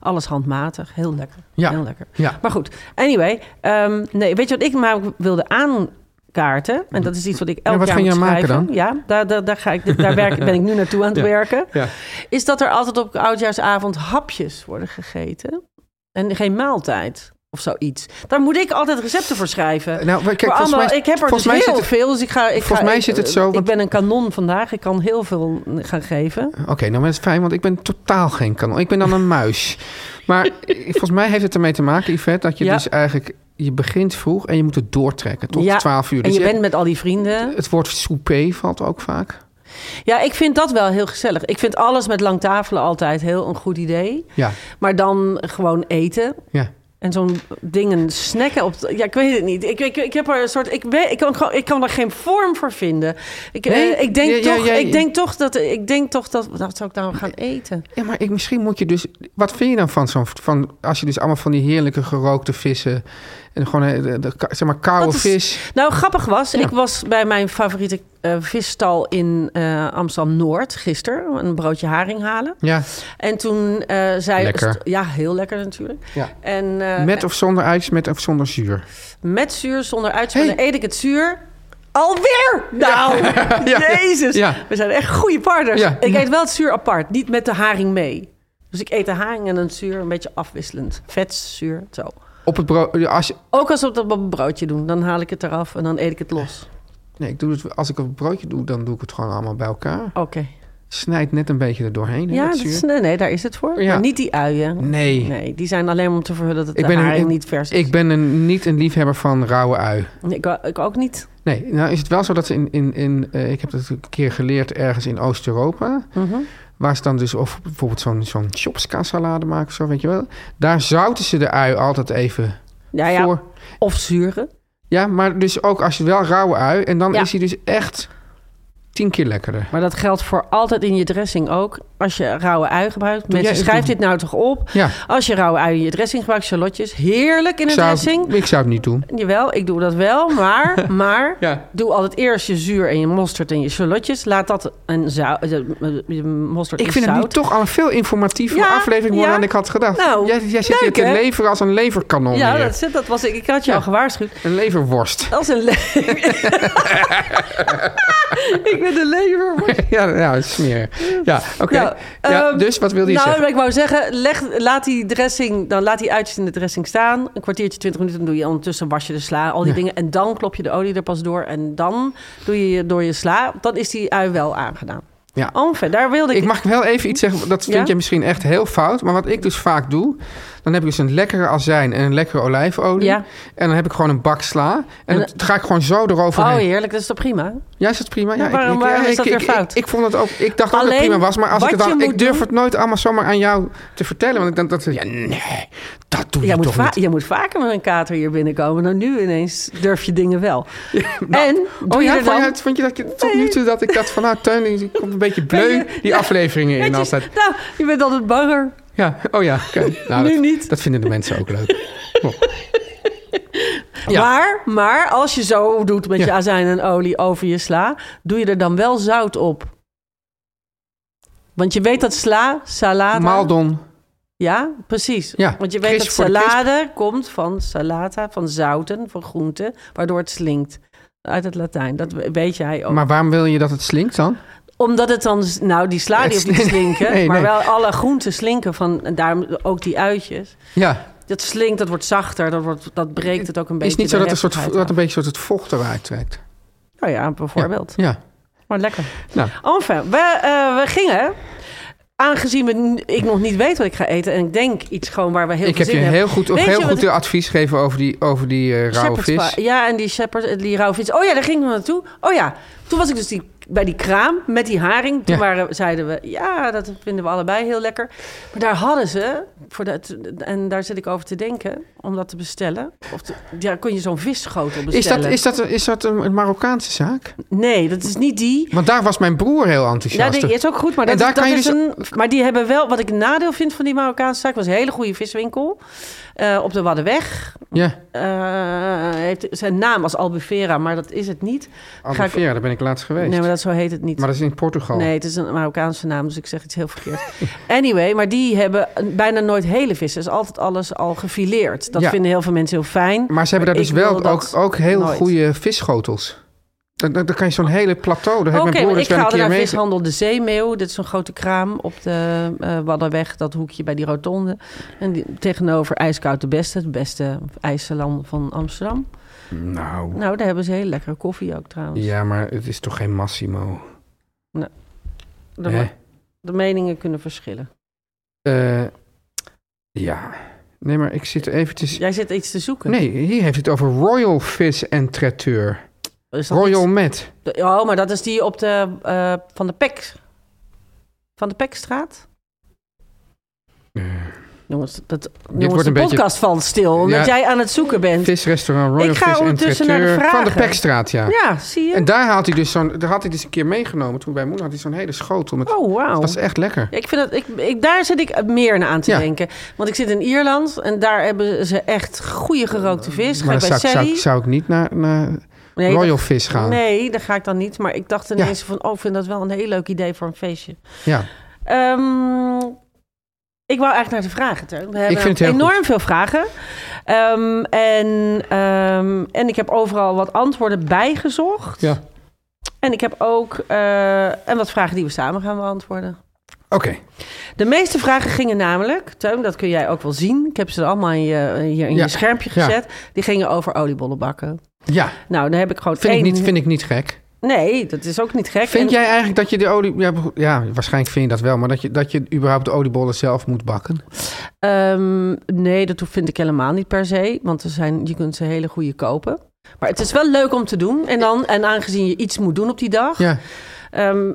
Alles handmatig. Heel lekker. Ja. Heel lekker. Ja. Maar goed, anyway. Um, nee, weet je wat ik maar wilde aankaarten? En dat is iets wat ik elk Ja, wat jaar ging moet je maken schrijven. dan? Ja, daar, daar, daar, ga ik, daar werk, ben ik nu naartoe aan het Ja. werken. Ja. Is dat er altijd op oudjaarsavond hapjes worden gegeten. En geen maaltijd. Of zoiets. Daar moet ik altijd recepten voor schrijven. Nou, kijk, Voor volgens allemaal, mij- ik heb er dus volgens mij heel zit het- veel. Dus ik ga, ik volgens ga, mij ik- zit het zo, Ik want- ben een kanon vandaag. Ik kan heel veel gaan geven. Oké, okay, nou, maar dat is fijn, want ik ben totaal geen kanon. Ik ben dan een muis. Maar volgens mij heeft het ermee te maken, Yvette, dat je Ja. dus eigenlijk... Je begint vroeg en je moet het doortrekken tot Ja, twaalf uur. En Dus je je bent met al die vrienden. Het woord souper valt ook vaak. Ja, ik vind dat wel heel gezellig. Ik vind alles met lang tafelen altijd heel een goed idee. Ja, Maar dan gewoon eten. ja. En zo'n dingen snacken op... Ja, ik weet het niet. Ik, ik, ik heb er een soort... Ik, weet, ik, kan, gewoon- ik kan er geen vorm voor vinden. Ik, Nee? eh, ik, denk, Ja, ja, toch, ja, ik ja. denk toch dat... Ik denk toch dat... Wat zou ik nou gaan eten? Ja, maar ik, misschien moet je dus... Wat vind je dan van zo'n... Van, als je dus allemaal van die heerlijke gerookte vissen... En gewoon eh, de, de, zeg maar koude Dat is- vis... Nou, grappig was... Ja. Ik was bij mijn favoriete eh, visstal in eh, Amsterdam-Noord gisteren. Een broodje haring halen. Ja, En toen eh, zei... Lekker. Ja, heel lekker natuurlijk. ja. En, eh, Met of zonder ijs, met of zonder zuur. Met zuur, zonder uitspraak. Hey. Dan eet ik het zuur. Alweer! Nou, Ja. Jezus. Ja. We zijn echt goede partners. Ja. Ik eet wel het zuur apart, niet met de haring mee. Dus ik eet de haring en het zuur een beetje afwisselend. Vet, zuur, zo. Op het brood... Als je, Ook als we dat op een broodje doen, dan haal ik het eraf en dan eet ik het los. nee, ik doe het, als ik een broodje doe, dan doe ik het gewoon allemaal bij elkaar. Oké. Snijd net een beetje er doorheen. hè, Ja, dat dat is, zuur. nee, nee, daar is het voor. Ja. Maar niet die uien. Nee. Nee, die zijn alleen om te verhullen dat Ik de ben, een, haring ik, niet vers is. ik ben een, niet een liefhebber van rauwe ui. Nee, ik, ik ook niet. Nee, nou is het wel zo dat ze in... in, in uh, ik heb dat een keer geleerd ergens in Oost-Europa... Mhm. waar ze dan dus of bijvoorbeeld zo'n zo'n chopska-salade maken, zo weet je wel. Daar zouten ze de ui altijd even Ja, ja. voor. Of zuren. Ja, maar dus ook als je wel rauwe ui... en dan Ja. is hij dus echt tien keer lekkerder. Maar dat geldt voor altijd in je dressing ook. Als je rauwe ui gebruikt. Doe Mensen, jij- schrijf doe- dit nou toch op. Ja, Als je rauwe ui in je dressing gebruikt, shallotjes. Heerlijk in ik een zou, dressing. ik zou het niet doen. Jawel, ik doe dat wel. Maar, maar Ja. doe altijd eerst je zuur en je mosterd en je shallotjes. Laat dat een zout, je mosterd Ik en vind het zout. nu toch al een veel informatievere Ja, aflevering worden ja. dan ik had gedacht. Nou, jij, jij zit hier leuk, te hè? leveren als een leverkanon Ja, hier. dat, zit- dat was ik. Ik had je Ja. al gewaarschuwd. Een leverworst. Als een le- Ik ben de lever. ja, ja, het is smerig. Ja, oké. Nou, ja, ehm, dus wat wilde je nou, zeggen? ik wou zeggen, leg, laat die dressing, dan laat die uitjes in de dressing staan. Een kwartiertje, twintig minuten, dan doe je ondertussen was je de sla, al die Ja. dingen. En dan klop je de olie er pas door. En dan doe je door je sla. Dan is die ui wel aangedaan. Ja. Enfin, daar wilde ik... Ik mag wel even iets zeggen, dat vind Ja? je misschien echt heel fout. Maar wat ik dus vaak doe, dan heb ik dus een lekkere azijn en een lekkere olijfolie. Ja. En dan heb ik gewoon een bak sla. En En- dan ga ik gewoon zo eroverheen. Oh, heerlijk, dat is toch prima? Ja, is dat prima? Ja, Ja, waarom- ik, ik, waarom ja, is dat ik, weer ik- fout? Ik, ik vond het ook, ik dacht ook dat Alleen, het prima was. Maar als ik, wat het dan, je ik moet durf doen- het nooit allemaal zomaar aan jou te vertellen. Want ik denk dat, ja, nee, dat doe je Jij moet, toch va- niet. je moet vaker met een kater hier binnenkomen. Nou, nu ineens durf je dingen wel. en doe Oh je ja, er vond, dan... je, het- vond je dat je tot nu toe dat ik dacht van... nou, Teun, die komt een beetje bleu die afleveringen in Netjes. altijd. Nou, je bent altijd banger. Ja, oh ja, oké. Nou, Nu dat, niet. Dat vinden de mensen ook leuk. Oh. Ja. Maar, maar als je zo doet met Ja. je azijn en olie over je sla... doe je er dan wel zout op. Want je weet dat sla, salade... Maldon. Ja, precies. Ja, Want je weet crisp dat voor de crisp. salade komt van salata, van zouten, van groenten... waardoor het slinkt. Uit het Latijn. Dat weet jij ook. Maar waarom wil je dat het slinkt dan? Omdat het dan... Nou, die sla die Het hoeft niet te sli- slinken... nee, maar nee. wel alle groenten slinken van... en daarom ook die uitjes. Ja, Dat slinkt, dat wordt zachter, dat, wordt, dat breekt het ook een is beetje. het niet zo de dat, een soort, heftigheid dat een af. beetje soort het vocht eruit trekt? Nou ja, bijvoorbeeld. Ja. Maar lekker. Nou, Enfin, we, uh, we gingen... Aangezien we, n- ik nog niet weet wat ik ga eten... en ik denk iets gewoon waar we heel ik veel heb je zin een in heel goed, Weet heel je goed wat- advies gegeven over die, over die uh, rauwe Shepherd's vis. pie. Ja, en die shepherd, die rauwe vis. Oh ja, daar ging ik naartoe. Oh ja, toen was ik dus die, bij die kraam met die haring. Toen Ja. waren, zeiden we, ja, dat vinden we allebei heel lekker. Maar daar hadden ze, voor dat, en daar zit ik over te denken, om dat te bestellen. Of te, ja, kon je zo'n visschotel Is bestellen. dat, is, dat, is dat een, een Marokkaanse zaak? Nee, dat is niet die. Want daar was mijn broer heel Ja, enthousiast. die is ook goed, maar En dat, daar is- dat kan je is dus- een... Maar die hebben wel... Wat ik een nadeel vind van die Marokkaanse zaak... was een hele goede viswinkel. eh, op de Waddenweg. Ja, Eh, heeft zijn naam als Albufera, maar dat is het niet. Ga ik- Albufeira, daar ben ik laatst geweest. Nee, maar dat, zo heet het niet. Maar dat is in Portugal. Nee, het is een Marokkaanse naam, dus ik zeg iets heel verkeerd. Anyway, maar die hebben bijna nooit hele vis. Er is altijd alles al gefileerd. Dat Ja. vinden heel veel mensen heel fijn. Maar ze hebben daar ik dus wel wil ook, dat ook heel nooit. goede visschotels. Dan, dan, dan kan je zo'n hele plateau... Daar heeft Oké, mijn broer maar ik dus wel ga een keer naar mee... vishandel De Zeemeeuw. Dit is een grote kraam op de uh, Waddenweg. Dat hoekje bij die rotonde. En die, tegenover IJskoud de Beste. Het beste ijssalon van Amsterdam. Nou, Nou, daar hebben ze heel lekkere koffie ook trouwens. ja, maar het is toch geen Massimo? De, Hè? de meningen kunnen verschillen. Uh, ja. Nee, maar ik zit eventjes... Jij zit iets te zoeken. Nee, hier heeft het over Royal Vis en Traiteur. Is dat Royal iets- Met. De- Oh, maar dat is die op de... Uh, van de Pek... Van de Pekstraat? Uh, Jongens, dat, wordt jongens de een beetje- podcast valt stil. Omdat Ja. jij aan het zoeken bent. Visrestaurant Royal Ik ga Vis en ondertussen naar de Traiteur van de vragen. Pekstraat, ja. Ja, zie je? En daar had hij dus zo'n, daar had hij dus een keer meegenomen. Toen bij moeder had hij zo'n hele schotel met. Oh, wauw. Dat was echt lekker. Ja, ik vind dat, ik, ik, daar zit ik meer naar aan te Ja. denken. Want ik zit in Ierland en daar hebben ze echt goede gerookte vis. Ga Maar ik dan bij zou, ik- zou, Sally. ik- zou ik niet naar, naar Nee, Royal dat- Vis gaan. Nee, daar ga ik dan niet. Maar ik dacht Ja. ineens van, oh, ik vind dat wel een heel leuk idee voor een feestje. Ja. Ehm, ik wou eigenlijk naar de vragen, Teun. We hebben vind het heel enorm goed. veel vragen. Ehm, en, ehm, en ik heb overal wat antwoorden bijgezocht. Ja. En ik heb ook uh, en wat vragen die we samen gaan beantwoorden. Oké. De meeste vragen gingen namelijk, Teun, dat kun jij ook wel zien. Ik heb ze allemaal in je, hier in Ja. je schermpje Ja. gezet. Die gingen over oliebollen bakken. Ja. Nou, dan heb ik gewoon Vind, één... ik niet, vind ik niet gek. Nee, dat is ook niet gek. Vind En- jij eigenlijk dat je de olie... Ja, ja, waarschijnlijk vind je dat wel. Maar dat je, dat je überhaupt de oliebollen zelf moet bakken? Um, nee, dat vind ik helemaal niet per se. Want er zijn, je kunt ze hele goede kopen. Maar het is wel leuk om te doen. En, dan, en aangezien je iets moet doen op die dag... Ja. Um,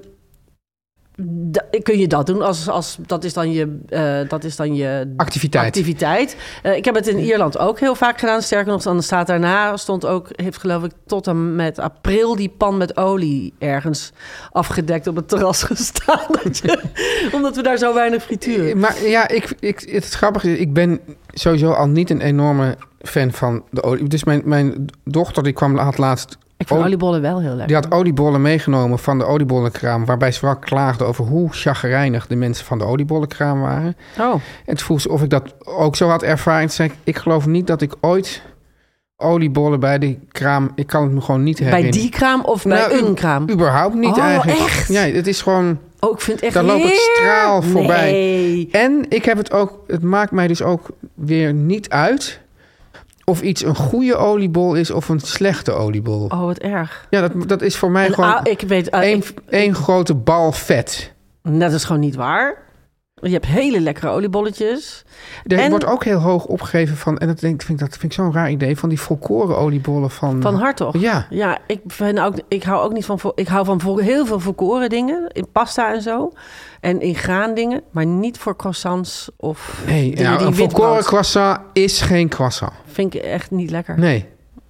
da, kun je dat doen. Als, als, dat, is dan je, uh, dat is dan je Activiteit. activiteit. Uh, ik heb het in Ierland ook heel vaak gedaan. Sterker nog, dan staat daarna... stond ook, heeft geloof ik tot en met april... die pan met olie ergens afgedekt op het terras gestaan. Dat je, omdat we daar zo weinig frituren. Maar ja, ik, ik, het is grappig. Ik ben sowieso al niet een enorme fan van de olie. Dus mijn, mijn dochter, die kwam had laatst... Ik vind Olie- oliebollen wel heel lekker. Die had oliebollen meegenomen van de oliebollenkraam... waarbij ze vooral klaagde over hoe chagrijnig de mensen van de oliebollenkraam waren. Oh. En toen vroeg ze of ik dat ook zo had ervaren. Toen zei ik, ik geloof niet dat ik ooit oliebollen bij die kraam... Ik kan het me gewoon niet herinneren. Bij die kraam of bij Nou, een kraam? Überhaupt niet Oh, eigenlijk. echt? Ja, het is gewoon... Oh, ik vind het echt Daar loop ik heer- straal voorbij. Nee. En ik heb het ook... Het maakt mij dus ook weer niet uit... of iets een goede oliebol is of een slechte oliebol. Oh, wat erg. Ja, dat, dat is voor mij En, gewoon ah, ik weet, ah, één, ik- één grote bal vet. Dat is gewoon niet waar. Je hebt hele lekkere oliebolletjes. Er En- wordt ook heel hoog opgegeven van... en dat, denk, vind ik, dat vind ik zo'n raar idee... van die volkoren oliebollen van... Van Hartog. Ja. Ja, ik, vind ook, ik hou ook niet van... vo- Ik hou van vo- heel veel volkoren dingen. In pasta en zo. En in graandingen. Maar niet voor croissants of Nee, dingen nou, die een wit volkoren brood. croissant is geen croissant. Vind ik echt niet lekker. Nee.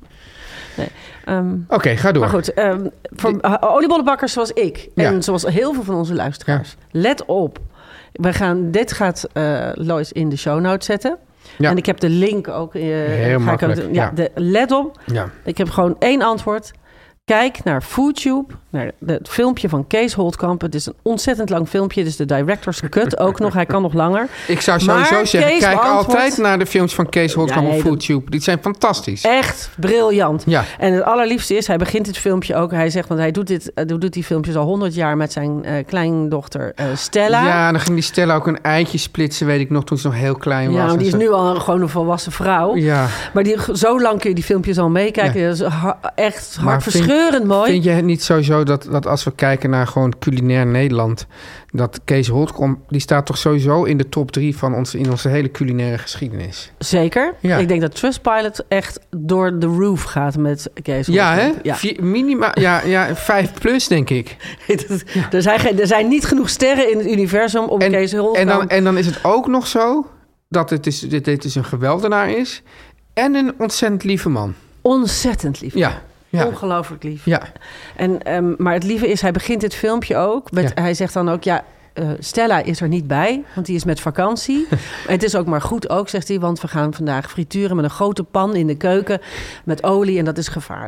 Ehm, Oké, ga door. Maar goed, ehm, voor uh, oliebollenbakkers zoals ik... en Ja. zoals heel veel van onze luisteraars... let op. We gaan, dit gaat uh, Lois in de show notes zetten. Ja. En ik heb de link ook. Uh, Heel ga makkelijk, Ik ook, ja. ja, de, let op. Ja. Ik heb gewoon één antwoord. Kijk naar FoodTube, naar het filmpje van Kees Holtkamp. Het is een ontzettend lang filmpje. Het is de director's cut ook nog. Hij kan nog langer. Ik zou Maar sowieso zeggen... Kees kijk beantwoordt- altijd naar de films van Kees Holtkamp Ja, nee, op dat- FoodTube. Die zijn fantastisch. Echt briljant. Ja. En het allerliefste is, hij begint dit filmpje ook. Hij zegt, want hij doet, dit, uh, doet die filmpjes al honderd jaar met zijn uh, kleindochter uh, Stella. Ja, dan ging die Stella ook een eitje splitsen... weet ik nog, toen ze nog heel klein was. Ja, maar en die is zo. nu al een, gewoon een volwassen vrouw. Ja. Maar die, zo lang kun je die filmpjes al meekijken. Ja. Dat is ha- echt Maar hartverscheurend mooi. Vind je het niet sowieso dat, dat als we kijken naar gewoon culinair Nederland... dat Kees Holtkamp, die staat toch sowieso in de top drie... van ons, in onze hele culinaire geschiedenis? Zeker. Ja. Ik denk dat Trustpilot echt door de roof gaat met Kees Ja, hè? Holtkamp. Ja. Vier- minima, ja, ja, vijf plus, denk ik. er, zijn geen, er zijn niet genoeg sterren in het universum om En, Kees Holtkamp... en, dan, en dan is het ook nog zo... dat het is, dit, dit is een geweldenaar is... en een ontzettend lieve man. Ontzettend lief. Ja, ja, Ongelooflijk lief. ja. En, um, maar het lieve is, hij begint dit filmpje ook... Met, Ja. hij zegt dan ook, ja, uh, Stella is er niet bij... want die is met vakantie. Het is ook maar goed ook, zegt hij... want we gaan vandaag frituren met een grote pan in de keuken... met olie en dat is gevaarlijk.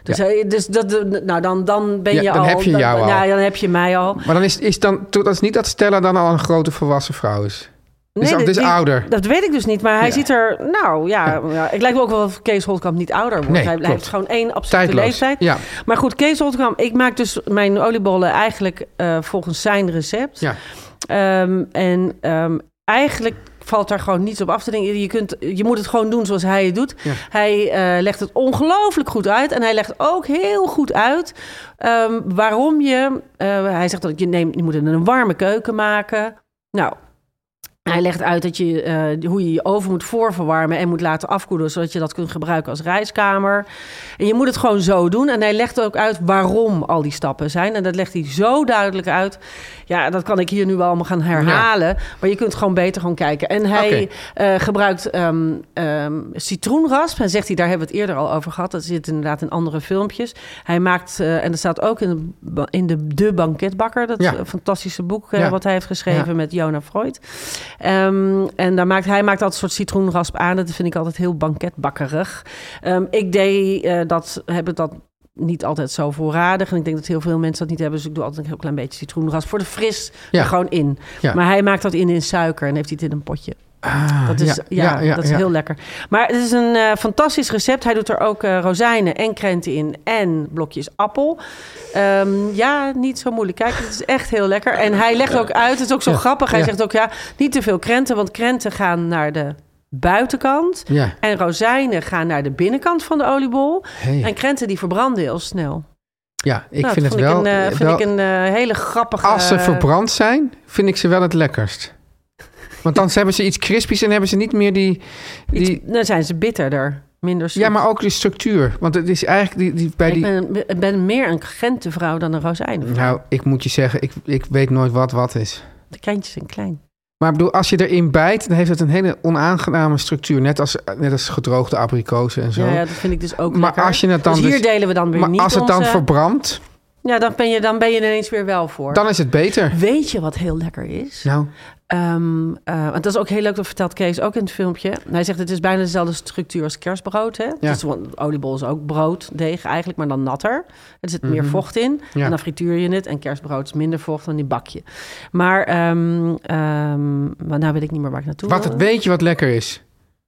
Dus, Ja. hij- dus dat, nou, dan, dan ben Ja, je dan al... heb je jou dan, al. Ja, dan heb je mij al. Maar dan is, is dan, dat is niet dat Stella dan al een grote volwassen vrouw is. Dus Nee, het is die- ouder. Dat weet ik dus niet, maar hij Ja. ziet er... Nou ja, ja. ik lijkt me ook wel of Kees Holtkamp niet ouder wordt. Nee, hij, hij klopt. heeft gewoon één absolute Tijdloos. leeftijd. Ja. Maar goed, Kees Holtkamp, ik maak dus mijn oliebollen eigenlijk uh, volgens zijn recept. Ja. Um, en um, eigenlijk valt daar gewoon niets op af te denken. Je, kunt, je moet het gewoon doen zoals hij het doet. Ja. Hij uh, legt het ongelooflijk goed uit. En hij legt ook heel goed uit um, waarom je... Uh, hij zegt dat je, neemt, je moet het in een warme keuken maken. Nou... Hij legt uit dat je, uh, hoe je je oven moet voorverwarmen en moet laten afkoelen, zodat je dat kunt gebruiken als rijstkamer. En je moet het gewoon zo doen. En hij legt ook uit waarom al die stappen zijn. En dat legt hij zo duidelijk uit. Ja, dat kan ik hier nu wel allemaal gaan herhalen. Ja. Maar je kunt gewoon beter gewoon kijken. En hij okay. uh, gebruikt um, um, citroenrasp. En zegt hij, daar hebben we het eerder al over gehad. Dat zit inderdaad in andere filmpjes. Hij maakt, uh, en dat staat ook in de, in de, de Banketbakker. Dat ja. fantastische boek uh, ja. wat hij heeft geschreven ja. met Jonah Freud. Um, en daar maakt, hij maakt altijd een soort citroenrasp aan. Dat vind ik altijd heel banketbakkerig. Um, ik deed uh, dat, heb ik dat niet altijd zo voorradig. En ik denk dat heel veel mensen dat niet hebben. Dus ik doe altijd een heel klein beetje citroenrasp voor de fris ja. er gewoon in. Ja. Maar hij maakt dat in in suiker en heeft hij het in een potje. Ah, dat is, ja, ja, ja, ja, dat is ja. heel lekker. Maar het is een uh, fantastisch recept. Hij doet er ook uh, rozijnen en krenten in en blokjes appel. Um, ja, niet zo moeilijk. Kijk, het is echt heel lekker. En hij legt ook uit, het is ook zo ja, grappig. Hij ja. zegt ook, ja, niet te veel krenten, want krenten gaan naar de buitenkant. Ja. En rozijnen gaan naar de binnenkant van de oliebol. Hey. En krenten die verbranden heel snel. Ja, ik nou, vind het wel... Ik een, uh, vind wel, ik een uh, hele grappige... Als ze verbrand zijn, vind ik ze wel het lekkerst. Want dan hebben ze iets crispies en hebben ze niet meer die... die... Iets, dan zijn ze bitterder, minder zoet. Ja, maar ook de structuur. Want het is eigenlijk... Die, die, bij ik die... ben, ik ben meer een krentenvrouw dan een rozijnenvrouw. Nou, ik moet je zeggen, ik, ik weet nooit wat wat is. De krentjes zijn klein. Maar ik bedoel, als je erin bijt, dan heeft het een hele onaangename structuur. Net als, net als gedroogde abrikozen en zo. Ja, ja, dat vind ik dus ook maar lekker. Als je het dan dus hier dus, delen we dan weer maar niet als het onze... dan verbrandt... Ja, dan ben, je, dan ben je er ineens weer wel voor. Dan is het beter. Weet je wat heel lekker is? Nou... Um, uh, want dat is ook heel leuk, dat vertelt Kees ook in het filmpje. Hij zegt, het is bijna dezelfde structuur als kerstbrood. Hè? Ja. Dus, oliebol is ook brooddeeg eigenlijk, maar dan natter. Er zit meer mm-hmm. vocht in. Ja. En dan frituur je het. En kerstbrood is minder vocht dan die bakje. Maar, um, um, maar nou weet ik niet meer waar ik naartoe Wat het, weet je wat lekker is?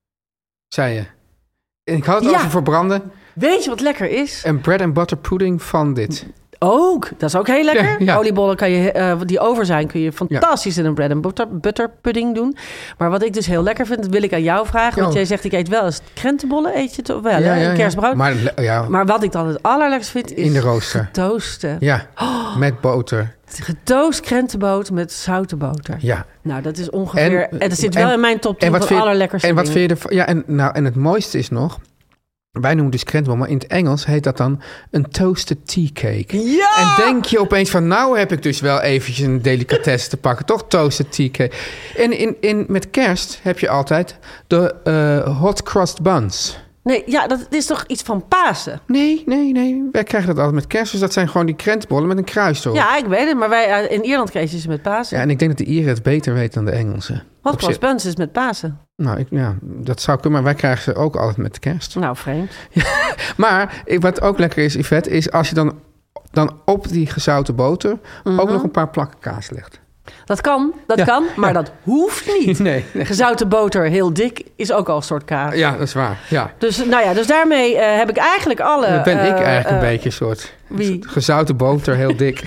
Zei je. Ik had het ja. over verbranden. Weet je wat lekker is? Een bread and butter pudding van dit. Ook, dat is ook heel lekker. Ja, ja. Oliebollen kan je, uh, die over zijn, kun je fantastisch ja. in een bread and butter, butter pudding doen. Maar wat ik dus heel lekker vind, dat wil ik aan jou vragen. Want oh. jij zegt, ik eet wel eens krentenbollen, eet je toch wel, ja, hè? Ja, kerstbrood. Ja. Maar, ja. maar wat ik dan het allerlekkerst vind, is in de rooster. Getoosten. Ja, oh. met boter. Getoost krentenboter met zoute boter. Ja. Nou, dat is ongeveer... En, en dat zit wel en, in mijn top tien van allerlekkerste En wat dingen. vind je ervan? Ja, en, nou, en het mooiste is nog... Wij noemen dus krentenbol, maar in het Engels heet dat dan een toasted tea cake. Ja! En denk je opeens van, nou heb ik dus wel eventjes een delicatesse te pakken. Toch toasted tea cake. En in, in, met kerst heb je altijd de uh, hot crust buns. Nee, ja, dat is toch iets van Pasen? Nee, nee, nee. Wij krijgen dat altijd met kerst. Dus dat zijn gewoon die krentenbollen met een kruis erop. Ja, ik weet het. Maar wij in Ierland kregen ze met Pasen. Ja, en ik denk dat de Ieren het beter weten dan de Engelsen. Hot cross buns is met Pasen. Nou, ik, ja, dat zou kunnen. Maar wij krijgen ze ook altijd met de kerst. Nou, vreemd. Ja, maar wat ook lekker is, Yvette, is als je dan, dan op die gezouten boter mm-hmm. ook nog een paar plakken kaas legt. Dat kan, dat ja, kan, maar ja. dat hoeft niet. Nee, nee. Gezouten boter, heel dik, is ook al een soort kaas. Ja, dat is waar. Ja. Dus, nou ja, dus daarmee uh, heb ik eigenlijk alle... Dan ben uh, ik eigenlijk uh, een beetje een soort... Wie? Gezouten boter, heel dik.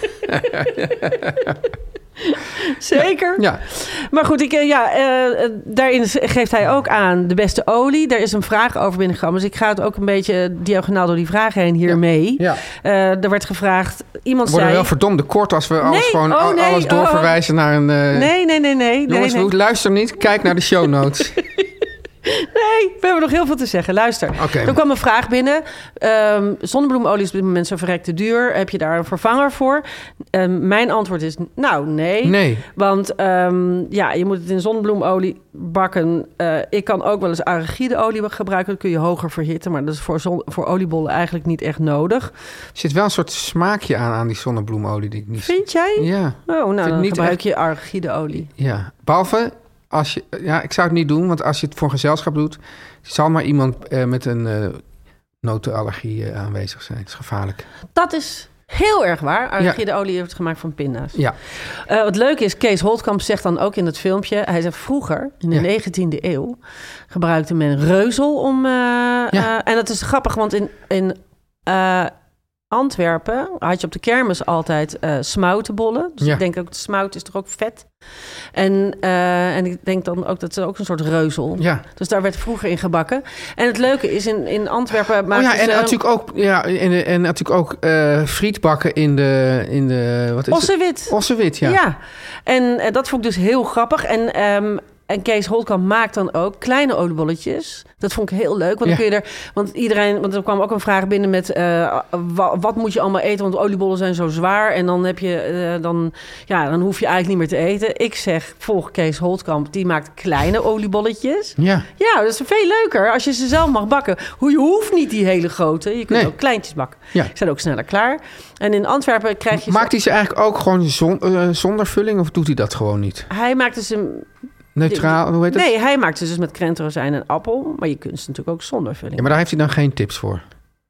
Zeker. Ja, ja. Maar goed, ik, ja, uh, daarin geeft hij ook aan de beste olie. Daar is een vraag over binnengekomen. Dus ik ga het ook een beetje diagonaal door die vragen heen hiermee. Ja. Ja. Uh, er werd gevraagd... Iemand we worden zei, wel verdomde kort als we nee, alles gewoon oh, nee, alles doorverwijzen oh, naar een... Uh... Nee, nee, nee, nee. Jongens, nee, nee. luister niet. Kijk naar de show notes. Nee, we hebben nog heel veel te zeggen. Luister, okay. Er kwam een vraag binnen. Um, zonnebloemolie is op dit moment zo verrekte duur. Heb je daar een vervanger voor? Um, mijn antwoord is nou nee. Nee. Want um, ja, je moet het in zonnebloemolie bakken. Uh, ik kan ook wel eens arachideolie gebruiken. Dat kun je hoger verhitten. Maar dat is voor, zon, voor oliebollen eigenlijk niet echt nodig. Er zit wel een soort smaakje aan aan die zonnebloemolie. Die ik niet... Vind jij? Ja. Oh, nou dan niet gebruik echt... je arachideolie. Ja, behalve... Als je, ja, ik zou het niet doen, want als je het voor gezelschap doet... zal maar iemand uh, met een uh, notenallergieën aanwezig zijn. Dat is gevaarlijk. Dat is heel erg waar. Arachide Ja. olie wordt gemaakt van pinda's. Ja. Uh, wat leuk is, Kees Holtkamp zegt dan ook in het filmpje... hij zegt vroeger, in de Ja. negentiende eeuw... gebruikte men reuzel om... Uh, Ja. uh, en dat is grappig, want in, in uh, Antwerpen... had je op de kermis altijd uh, smoutenbollen. Dus Ja. ik denk ook, de smout is toch ook vet? En, uh, en ik denk dan ook, dat is ook een soort reuzel. Ja. Dus daar werd vroeger in gebakken. En het leuke is, in, in Antwerpen... Oh maken ja, en ze- natuurlijk ook, ja, en, en natuurlijk ook uh, frietbakken in de, in de wat is het? Ossewit. Ossewit, ja. Ja, en uh, dat vond ik dus heel grappig. En, um, en Kees Holtkamp maakt dan ook kleine oliebolletjes. Dat vond ik heel leuk. Want, dan Ja. kun je er, want iedereen, want er kwam ook een vraag binnen met... Uh, wa, wat moet je allemaal eten? Want oliebollen zijn zo zwaar. En dan, heb je, uh, dan, ja, dan hoef je eigenlijk niet meer te eten. Ik zeg, volg Kees Holtkamp. Die maakt kleine oliebolletjes. Ja. Ja, dat is veel leuker als je ze zelf mag bakken. Je hoeft niet die hele grote. Je kunt Nee. ook kleintjes bakken. Ja. Ik zijn ook sneller klaar. En in Antwerpen krijg je... Maakt hij ze eigenlijk ook gewoon zon, uh, zonder vulling of doet hij dat gewoon niet? Hij maakt dus een... Neutraal, hoe heet het? Nee, hij maakt ze dus met krentenrozijn en appel. Maar je kunt ze natuurlijk ook zonder vulling. Ja, maar daar heeft hij dan geen tips voor.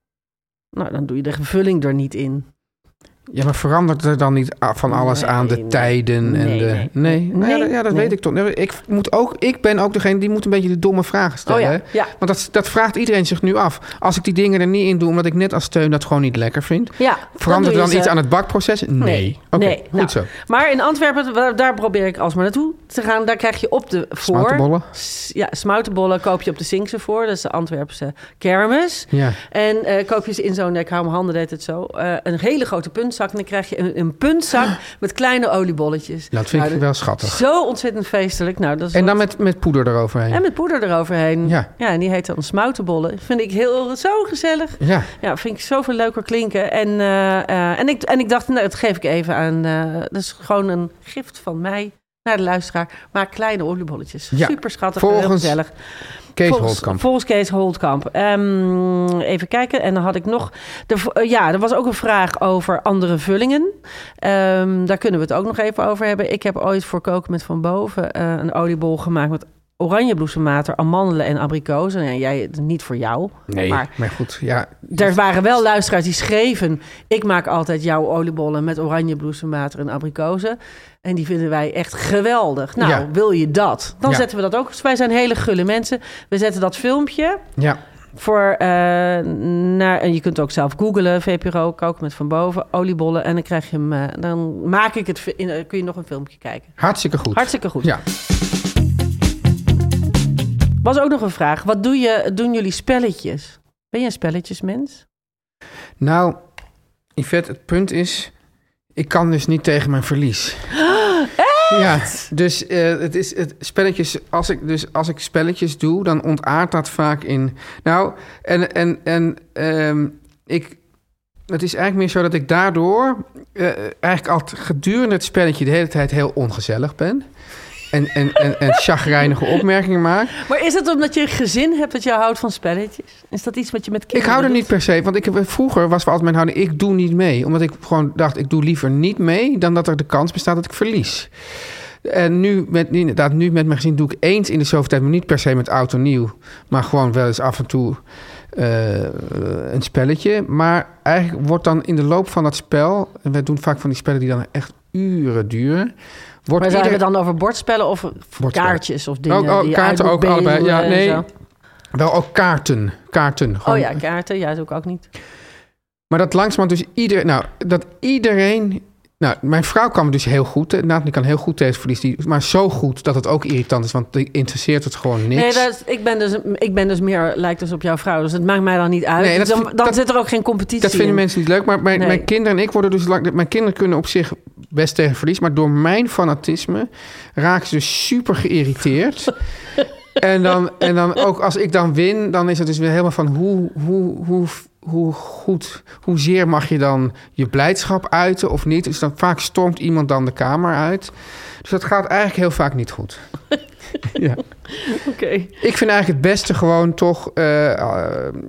Nou, dan doe je de vulling er niet in. Ja, maar verandert er dan niet van alles Nee, aan de nee. tijden en Nee, de... nee. Nee, Nou ja, Nee, dat- ja, dat nee. weet ik toch. Nee, Ik, moet ook, ik ben ook degene die moet een beetje de domme vragen stellen. Oh ja, hè? ja. Want dat, dat vraagt iedereen zich nu af. Als ik die dingen er niet in doe, omdat ik net als Teun dat gewoon niet lekker vind... Ja, verandert doe er je dan iets ze- aan het bakproces? Nee. Nee. Oké, Nee, goed nou, zo. Maar in Antwerpen, wa- daar probeer ik alsmaar naartoe te gaan. Daar krijg je op de voor... Smoutenbollen? S- Ja, smoutenbollen koop je op de Sinkse voor. Dat is de Antwerpse kermis. Ja. En eh, koop je ze in zo'n, ik hou mijn handen, deed het zo... eh, een hele grote puntzak. En dan krijg je een, een puntzak met kleine oliebolletjes. Nou, dat vind Nou, ik wel schattig. Zo ontzettend feestelijk. Nou, dat is En dan wat- met, met poeder eroverheen. En met poeder eroverheen. Ja. Ja, en die heet dan smoutenbollen. Vind ik heel, zo gezellig. Ja. Ja, vind ik zoveel leuker klinken. En, uh, uh, en, ik, en ik dacht, nou, dat geef ik even aan... Uh, dat is gewoon een gift van mij naar de luisteraar. Maak kleine oliebolletjes. Ja. Super schattig en heel Volgens gezellig. Kees Volgens, Holtkamp. volgens Kees Holtkamp. Um, even kijken. En dan had ik nog... De, uh, ja, er was ook een vraag over andere vullingen. Um, daar kunnen we het ook nog even over hebben. Ik heb ooit voor Koken met Van Boven uh, een oliebol gemaakt met oranjebloesemwater, amandelen en abrikozen. En jij, niet voor jou. Nee, maar, maar goed, ja. er waren wel luisteraars die schreven... ik maak altijd jouw oliebollen met oranjebloesemwater en abrikozen. En die vinden wij echt geweldig. Nou, Ja. wil je dat? Dan Ja. zetten we dat ook. Wij zijn hele gulle mensen. We zetten dat filmpje Ja. voor... Uh, naar, en je kunt ook zelf googlen. V P R O, Koken met Van Boven, oliebollen. En dan krijg je hem... Uh, dan maak ik het... In, uh, kun je nog een filmpje kijken. Hartstikke goed. Hartstikke goed. Ja. Was ook nog een vraag. Wat doe je, doen jullie spelletjes? Ben je een spelletjesmens? Nou, Yvette, het punt is... ik kan dus niet tegen mijn verlies. Echt? Ja, dus uh, het is het spelletjes... Als ik, dus als ik spelletjes doe, dan ontaart dat vaak in... Nou, en, en, en um, ik... Het is eigenlijk meer zo dat ik daardoor... Uh, eigenlijk al gedurende het spelletje de hele tijd heel ongezellig ben... En, en, en, en chagrijnige opmerkingen maak. Maar is het omdat je een gezin hebt dat je houdt van spelletjes? Is dat iets wat je met kinderen Ik hou er doet? niet per se, want ik heb, vroeger was we altijd mijn houding... ik doe niet mee, omdat ik gewoon dacht... ik doe liever niet mee dan dat er de kans bestaat dat ik verlies. En nu met, inderdaad, nu met mijn gezin doe ik eens in de zoveel tijd... maar niet per se met oud en nieuw, maar gewoon wel eens af en toe... Uh, een spelletje. Maar eigenlijk wordt dan in de loop van dat spel... en wij doen vaak van die spellen die dan echt uren duren... Wordt maar ieder... zijn we dan over bordspellen of Bordspellen. kaartjes of dingen? Ook, ook, die kaarten ook uitboekbeelden allebei. Ja, en nee. zo? Wel ook kaarten. Kaarten. Gewoon. Oh ja, kaarten. Ja, dat doe ik ook niet. Maar dat langzamerhand dus iedereen... Nou, dat iedereen... Nou, mijn vrouw kan me dus heel goed. Nou, die kan heel goed tegen verlies. Die, maar zo goed dat het ook irritant is. Want die interesseert het gewoon niks. Nee, dat is, ik, ben dus, ik ben dus meer... lijkt dus op jouw vrouw. Dus het maakt mij dan niet uit. Nee, dus dat dan vind- dan dat- zit er ook geen competitie Dat vinden in. mensen niet leuk. Maar mijn, Nee. mijn kinderen en ik worden dus... lang- Mijn kinderen kunnen op zich best tegen verlies. Maar door mijn fanatisme raken ze dus super geïrriteerd. en, dan, en dan ook als ik dan win... dan is het dus weer helemaal van... hoe, hoe, hoe, hoe goed... hoezeer mag je dan je blijdschap uiten of niet? Dus dan vaak stormt iemand dan de kamer uit. Dus dat gaat eigenlijk heel vaak niet goed. ja. Oké. Ik vind eigenlijk het beste gewoon toch... Uh, uh,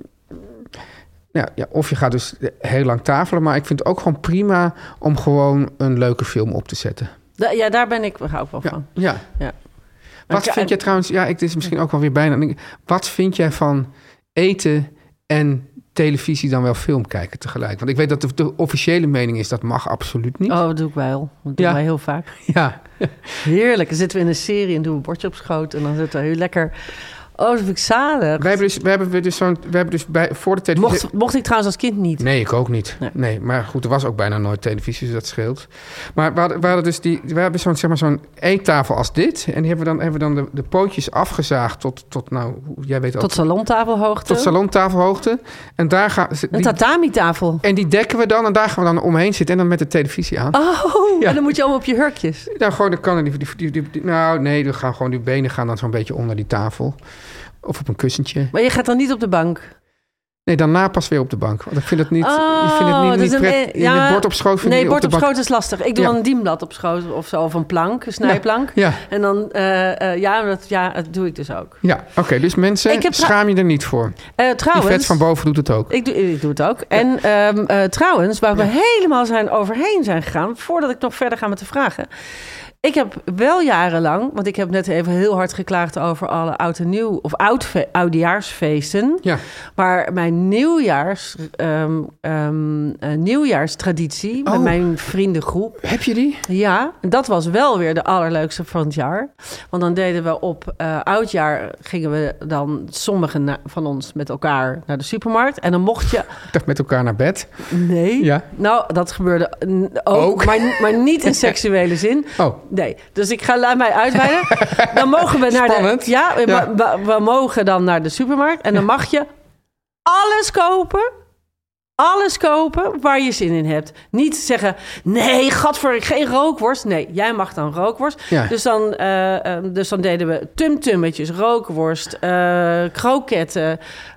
ja, ja, of je gaat dus heel lang tafelen... maar ik vind het ook gewoon prima... om gewoon een leuke film op te zetten. Da- ja, daar ben ik, hou ik wel Ja, van. ja. Ja. Wat Maar- vind jij trouwens... Ja, ik, dit is misschien ook wel weer bijna... Wat vind jij van eten en televisie dan wel film kijken tegelijk? Want ik weet dat de, de officiële mening is dat mag absoluut niet. Oh, dat doe ik wel. Dat doen Ja. wij heel vaak. Ja. Heerlijk. Dan zitten we in een serie en doen we een bordje op schoot. En dan zitten we heel lekker... Oh, dat vind ik zalig. Wij hebben dus, wij hebben dus zo'n, we hebben dus bij voor de televisie. Mocht, mocht ik trouwens als kind niet. Nee, ik ook niet. Nee. Nee. maar goed, er was ook bijna nooit televisie, dus dat scheelt. Maar we hadden, we hadden dus die, we hebben zo'n, zeg maar, zo'n eettafel als dit. En die hebben we dan, hebben we dan de, de pootjes afgezaagd tot, tot, nou, jij weet ook. Tot salontafelhoogte. Tot salontafelhoogte. En daar gaan Een die, tatami-tafel. en die dekken we dan en daar gaan we dan omheen zitten en dan met de televisie aan. Oh, Ja. en dan moet je allemaal op je hurkjes. Nou, gewoon, dan kan die, die, die, die, die- nou, nee, dan gaan gewoon die benen gaan dan zo'n beetje onder die tafel. Of op een kussentje. Maar je gaat dan niet op de bank. Nee, daarna pas weer op de bank. Want ik vind het niet, Oh, ik vind het niet, dat niet is een- pret, ja, het bord op schoot vind Nee, ik bord op op de bank. schoot is lastig. Ik doe Ja. dan een dienblad op schoot of zo. Of een plank, een snijplank. Ja, En dan, eh, eh, ja, dat, ja, dat doe ik dus ook. ja. oké. dus mensen, Ik heb tra- schaam je er niet voor. Eh, trouwens... Yvette van boven doet het ook. Ik doe, ik doe het ook. En ehm, eh, trouwens, waar we helemaal zijn overheen zijn gegaan... voordat ik nog verder ga met de vragen... Ik heb wel jarenlang, want ik heb net even heel hard geklaagd over alle oud en nieuw of oudfe- oudejaarsfeesten. Ja. Maar mijn nieuwjaars, ehm, ehm, eh, nieuwjaarstraditie met Oh. mijn vriendengroep. Heb je die? Ja, dat was wel weer de allerleukste van het jaar. Want dan deden we op eh, oudjaar, gingen we dan sommigen na- van ons met elkaar naar de supermarkt. En dan mocht je... Ik dacht met elkaar naar bed. Nee. Ja. Nou, dat gebeurde n- ook, Ook? Maar, maar niet in seksuele zin. Oh. Nee, dus ik ga laat mij uitweiden. Dan mogen we naar Spannend. de... Ja, we, Ja. we- we mogen dan naar de supermarkt. En dan mag je alles kopen. Alles kopen waar je zin in hebt. Niet zeggen, nee, gadver, geen rookworst. Nee, jij mag dan rookworst. Ja. Dus, dan, eh, eh, dus dan deden we tumtummetjes, rookworst, eh kroketten.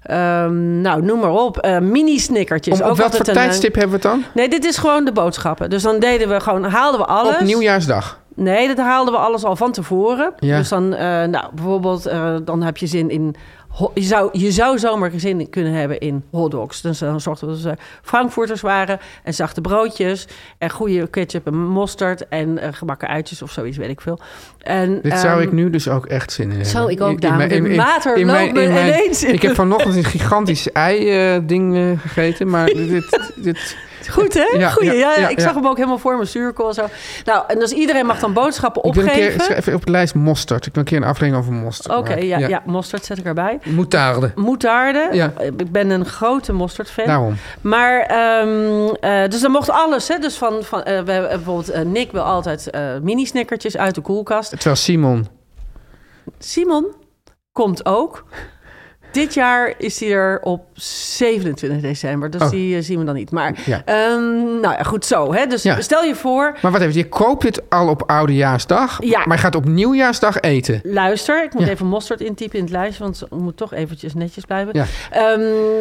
ehm, nou, noem maar op. eh, mini-snickertjes. Om, op Ook wat voor altijd een, eh, tijdstip hebben we het dan? Nee, dit is gewoon de boodschappen. Dus dan deden we gewoon, haalden we alles. Op nieuwjaarsdag. Nee, dat haalden we alles al van tevoren. Ja. Dus dan, eh, nou, bijvoorbeeld, eh, dan heb je zin in... ho- Je zou, je zou zomaar zin kunnen hebben in hotdogs. Dus dan zorgden we dat ze Frankfurters waren en zachte broodjes en goede ketchup en mosterd en eh, gebakken uitjes of zoiets, weet ik veel. En, Dit zou ehm, ik nu dus ook echt zin in hebben. Zou ik ook, In- in Daan. mijn- De in- in- water in loopt mijn- me in mijn- ineens in Ik heb vanochtend een gigantisch ei-ding gegeten, maar dit... dit Goed, hè? Ja, Goeie. ja, Ja, ja, ja, ik ja. zag hem ook helemaal voor me, zuurkool en zo. Nou, en dus iedereen mag dan boodschappen ik ben een opgeven. keer schrijf even op de lijst mosterd. Ik wil een keer een aflevering over mosterd Oké, maken. ja, ja. mosterd zet ik erbij. Moutarde. Moutarde. Ja. Ik ben een grote mosterdfan. Daarom. Maar, ehm, eh, dus dan mocht alles. Hè? Dus van, van eh, we hebben bijvoorbeeld, eh, Nick wil altijd eh mini-snickertjes uit de koelkast. Terwijl Simon... Simon komt ook. Dit jaar is hij er op zevenentwintig december. Dus Oh. die eh, zien we dan niet. Maar, Ja. ehm, nou ja, goed zo. Hè? Dus Ja. stel je voor... Maar wat even, je koopt dit al op Oudejaarsdag, Ja. maar je gaat op Nieuwjaarsdag eten. Luister, ik moet Ja. even mosterd intypen in het lijstje, want het moet toch eventjes netjes blijven. Ja. Ehm,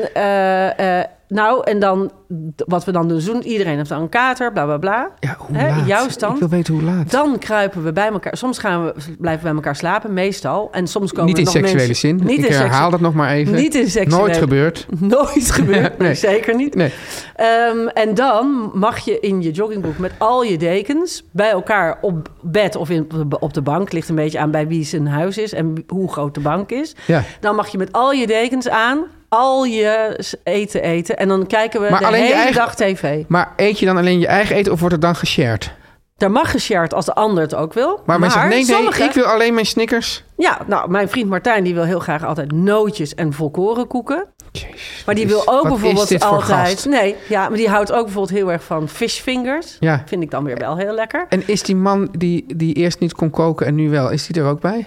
eh, eh, nou, en dan, wat we dan dus doen, iedereen heeft dan een kater, bla bla bla. Ja, hoe Hè, laat? jouw stand. Ik wil weten hoe laat. Dan kruipen we bij elkaar. Soms gaan we, blijven we bij elkaar slapen, meestal. En soms komen Niet er in nog seksuele mensen, zin. Niet ik in herhaal seksu- dat nog maar even. Niet in seksuele... Nooit gebeurd. Nooit gebeurd, nee, Nee. zeker niet. Nee. Ehm, en dan mag je in je joggingbroek met al je dekens bij elkaar op bed of in, op de bank. Ligt een beetje aan bij wie zijn huis is en hoe groot de bank is. Ja. Dan mag je met al je dekens aan al je eten eten. En dan kijken we Maar de alleen je hele eigen- dag tv. Maar eet je dan alleen je eigen eten of wordt het dan geshared? Daar mag geshared als de ander het ook wil. Maar, mensen zeggen, nee, nee, sommige- ik wil alleen mijn Snickers. Ja, nou, mijn vriend Martijn die wil heel graag altijd nootjes en volkorenkoeken. Jezus, Maar die wat wil is- ook wat bijvoorbeeld is dit voor altijd... gast? Nee, ja, maar die houdt ook bijvoorbeeld heel erg van fish fingers. Ja. Vind ik dan weer wel heel lekker. En is die man die, die eerst niet kon koken en nu wel, is die er ook bij?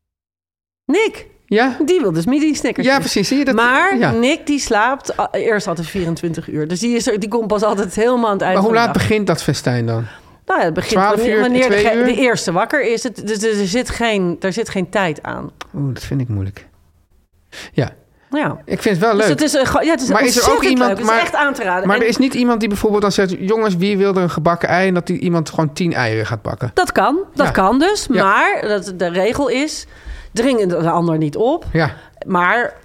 Nick, Ja? die wil dus midi-snickers. Ja, precies. Zie je dat? Maar Ja. Nick die slaapt a- eerst altijd vierentwintig uur. Dus die, is er, die komt pas altijd helemaal aan het eind Maar hoe van de laat dag. begint dat festijn dan? Nou ja, het begint twaalf wanneer, uur, wanneer de, twee ge- uur? de eerste wakker is. Het, dus er zit, geen, er zit geen tijd aan. Oeh, dat vind ik moeilijk. Ja, Ja. ik vind het wel Dus leuk. het is, een, ja, het is Maar is er ook ontzettend iemand- leuk. Het is maar- echt aan te raden. Maar En er is niet iemand die bijvoorbeeld dan zegt... jongens, wie wil er een gebakken ei? En dat die iemand gewoon tien eieren gaat bakken. dat kan, dat Ja. kan dus. Ja. Maar dat, de regel is, dring de ander niet op. Ja, Maar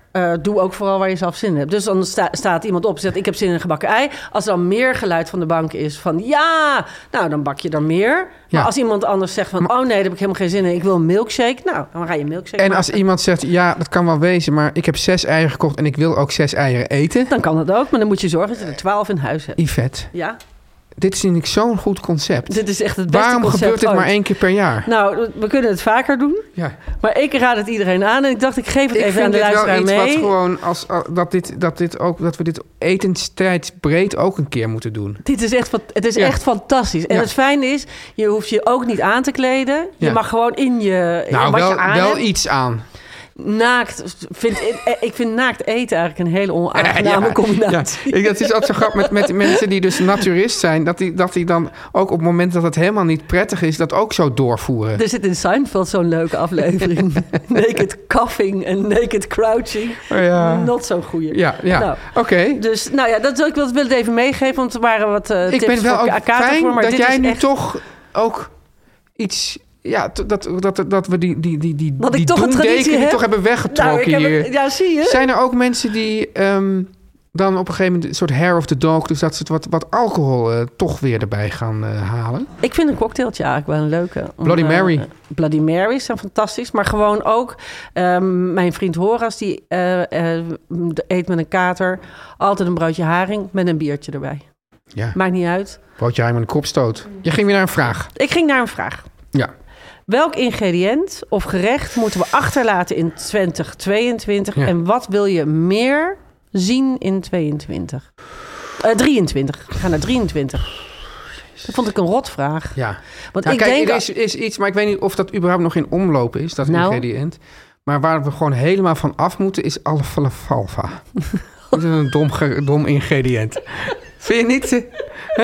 uh, doe ook vooral waar je zelf zin in hebt. Dus dan sta, staat iemand op en zegt, ik heb zin in een gebakken ei. Als er dan meer geluid van de bank is van ja, nou dan bak je er meer. Maar Ja. als iemand anders zegt van, oh nee, daar heb ik helemaal geen zin in. Ik wil een milkshake. Nou, dan ga je een milkshake En maken. als iemand zegt, ja, dat kan wel wezen, maar ik heb zes eieren gekocht en ik wil ook zes eieren eten. Dan kan dat ook, maar dan moet je zorgen dat je er twaalf in huis hebt. Yvette, Ja, dit is vind ik zo'n goed concept. dit is echt het beste Waarom concept gebeurt dit ooit. maar één keer per jaar? Nou, we kunnen het vaker doen. Ja. Maar ik raad het iedereen aan. En ik dacht, ik geef het Ik even aan vind de dit wel luisteraar iets mee. wat gewoon als, als- dat, dit, dat, dit ook, dat we dit etenstijdsbreed ook een keer moeten doen. Dit is echt, wat- het is Ja. echt fantastisch. En Ja. het fijne is, je hoeft je ook niet aan te kleden. Je Ja. mag gewoon in je in Nou, wat wel, je aan wel hebt. iets aan. Naakt. Vind, ik, ik vind naakt eten eigenlijk een hele onaangename Ja, combinatie. ja. Ik- Dat is altijd zo grappig met, met mensen die dus naturist zijn. Dat die, dat die dan ook op het moment dat het helemaal niet prettig is, dat ook zo doorvoeren. Er zit in Seinfeld zo'n leuke aflevering. Naked coughing en naked crouching. Oh, ja. Not zo'n goeie. Ja, ja. Nou, Oké. Dus nou ja, dat, ik wil het even meegeven, want er waren wat uh, Ik tips ben wel voor ook Kater fijn voor, maar dat dit jij is nu echt... toch ook iets... Ja, t- dat, dat, dat we die, die, die, die, Dat ik die toch een traditie doemdeken die heb. toch hebben weggetrokken Nou, ik heb hier. het- ja, zie je? Zijn er ook mensen die ehm, dan op een gegeven moment een soort hair of the dog, dus dat ze het wat, wat alcohol eh, toch weer erbij gaan eh, halen? Ik vind een cocktailtje eigenlijk wel een leuke. Om, Bloody eh, Mary. Bloody Marys zijn fantastisch. Maar gewoon ook, um, mijn vriend Horace, die uh, uh, eet met een kater altijd een broodje haring met een biertje erbij. Ja, Maakt niet uit. broodje haring met een kopstoot. Je ging weer naar een vraag. Ik ging naar een vraag. Ja. Welk ingrediënt of gerecht moeten we achterlaten in twintig tweeëntwintig? Ja. En wat wil je meer zien in tweeëntwintig? Uh, drieëntwintig. We gaan naar drieëntwintig. Dat vond ik een rotvraag. Ja. Want Nou, ik kijk, denk... er is, is iets, maar ik weet niet of dat überhaupt nog in omloop is, dat Nou. ingrediënt. Maar waar we gewoon helemaal van af moeten, is alfalfa. Dat is een dom, ge- dom ingrediënt. Vind je niet? Hè?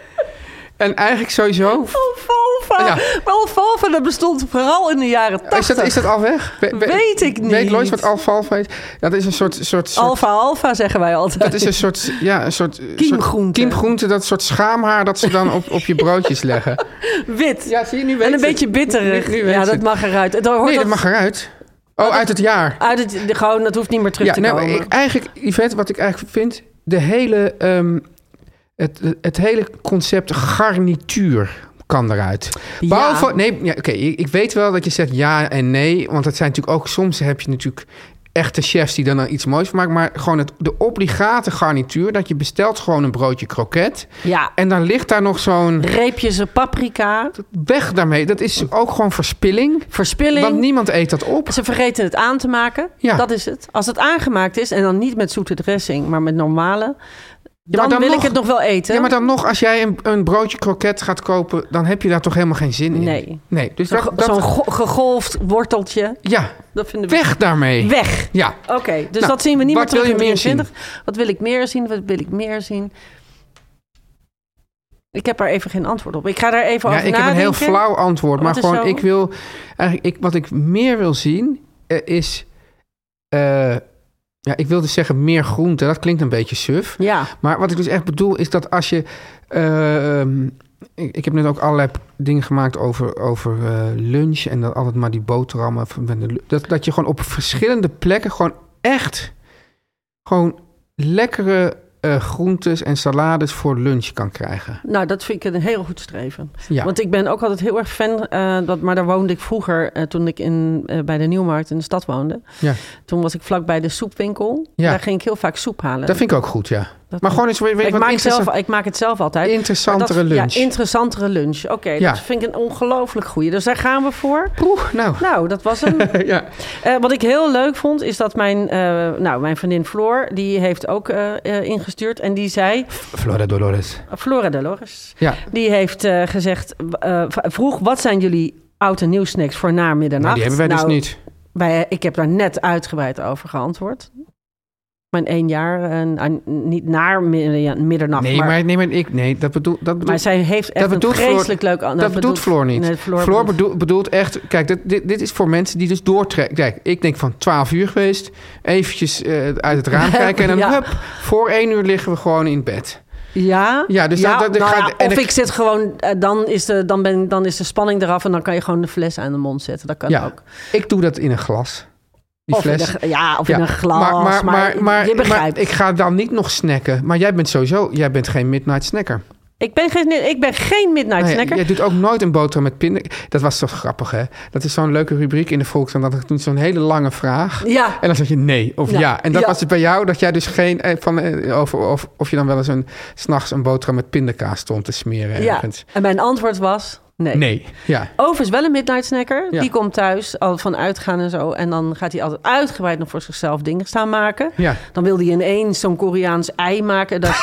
En eigenlijk sowieso... Alfalfa. Ja. Maar alfalfa, dat bestond vooral in de jaren tachtig. Is dat, is dat al weg? We- we- Weet ik niet. Weet Lois wat alfalfa is? Dat is een soort... soort, soort Alfa alfa zeggen wij altijd. dat is een soort... Ja, een soort... Kiemgroente. Soort kiemgroente, dat soort schaamhaar dat ze dan op, op je broodjes leggen. Wit. Ja, zie je, nu weet En een het. beetje bitterig. Nu- nu weet ja, het. dat mag eruit. Dat hoort Nee, dat dat- mag eruit. Oh, uit het jaar. Uit het, de, gewoon, dat hoeft niet meer terug Ja, te nou, komen. ik, eigenlijk, Yvette, wat ik eigenlijk vind... De hele... ehm, het, het hele concept garnituur kan eruit. Ja. Behalve... Nee, ja, oké, ik, ik weet wel dat je zegt ja en nee. Want het zijn natuurlijk ook... Soms heb je natuurlijk echte chefs die dan er iets moois van maken. Maar gewoon het, de obligate garnituur... dat je bestelt gewoon een broodje kroket... Ja. en dan ligt daar nog zo'n... Reepjes paprika. Weg daarmee. Dat is ook gewoon verspilling. Verspilling. Want niemand eet dat op. Ze vergeten het aan te maken. Ja. Dat is het. Als het aangemaakt is en dan niet met zoete dressing, maar met normale, maar dan, dan wil nog- ik het nog wel eten. Ja, maar dan nog, als jij een, een broodje kroket gaat kopen... dan heb je daar toch helemaal geen zin in. Nee. Nee, dus Zo'n dat, ge- dat, zo'n go- gegolfd worteltje. ja, Dat vinden we weg daarmee. weg. Ja. Oké, dus Nou, dat zien we niet wat meer terug wil in je meer drieëntwintig. Wat wil ik meer zien? Wat wil ik meer zien? Ik heb daar even geen antwoord op. Ik ga daar even Ja, over ik heb nadenken. een heel flauw antwoord. Wat Maar is gewoon, zo? ik wil... Eigenlijk, ik, wat ik meer wil zien, eh, is... eh, ja, ik wilde zeggen meer groente. Dat klinkt een beetje suf. Ja, Maar wat ik dus echt bedoel, is dat als je... eh, ehm, ik, ik heb net ook allerlei dingen gemaakt over, over eh, lunch... en dat altijd maar die boterhammen... van de lu- Dat, dat je gewoon op verschillende plekken... gewoon echt... gewoon lekkere eh, groentes en salades voor lunch kan krijgen. nou dat vind ik een heel goed streven. Ja. Want ik ben ook altijd heel erg fan, eh, dat, maar daar woonde ik vroeger... eh, toen ik in, eh, bij de Nieuwmarkt in de stad woonde. Ja. Toen was ik vlakbij de soepwinkel. Ja. Daar ging ik heel vaak soep halen. Dat vind ik ook goed, ja. Dat- Maar gewoon eens weet je ik, wat maak interessant- zelf, ik maak het zelf altijd. interessantere Maar dat- lunch. Ja, interessantere lunch. Oké, Ja. dat vind ik een ongelooflijk goeie. Dus daar gaan we voor. Poeh, nou. Nou, dat was hem. ja. Eh, wat ik heel leuk vond, is dat mijn, eh, nou, mijn vriendin Floor... die heeft ook eh, eh, ingestuurd. En die zei... Flora Dolores. Flora Dolores. Ja. Die heeft eh, gezegd... eh, vroeg, wat zijn jullie oud- en nieuw snacks voor na middernacht? Nou, die hebben wij Nou, dus niet. Wij, ik heb daar net uitgebreid over geantwoord. Mijn één jaar, en, en niet naar midden- ja, middernacht. Nee, maar, maar, nee, maar ik... Nee, dat bedoel... Dat bedoel maar zij heeft echt dat een bedoelt Floor- vreselijk leuk... nou, dat bedoelt Floor niet. Nee, Floor, Floor bedoelt- bedoelt, bedoelt echt... Kijk, dit, dit, dit is voor mensen die dus doortrekken. Kijk, ik denk van twaalf uur geweest. Eventjes eh, uit het raam kijken. En dan, Ja. hup, voor één uur liggen we gewoon in bed. Ja, Ja, dus dat- dat- dat nou gaat- ja, en of ik- ik zit gewoon, eh, dan is, de, dan, ben, dan is de spanning eraf en dan kan je gewoon de fles aan de mond zetten. Dat kan Ja, ook. ik doe dat in een glas. Die of fles. In een, ja, of ja. in een glas. Maar, maar, maar, maar, je begrijpt. maar ik ga dan niet nog snacken. Maar jij bent sowieso, jij bent geen midnight snacker. Ik ben geen, ik ben geen midnight Nee, snacker. jij doet ook nooit een boterham met pinden. Dat was toch grappig, hè? Dat is zo'n leuke rubriek in de Volkskrant. Dat ik toen zo'n hele lange vraag. Ja. En dan zeg je nee of ja. Ja. En dat Ja. was het bij jou, dat jij dus geen... eh, van eh, over of, of je dan wel eens een... 's nachts een boterham met pindakaas stond te smeren Ja. ergens. En mijn antwoord was nee. Nee, ja. Overigens wel een midnight snacker. Ja. Die komt thuis, al van uitgaan en zo. En dan gaat hij altijd uitgebreid nog voor zichzelf dingen staan maken. Ja. Dan wil hij ineens zo'n Koreaans ei maken. Dat...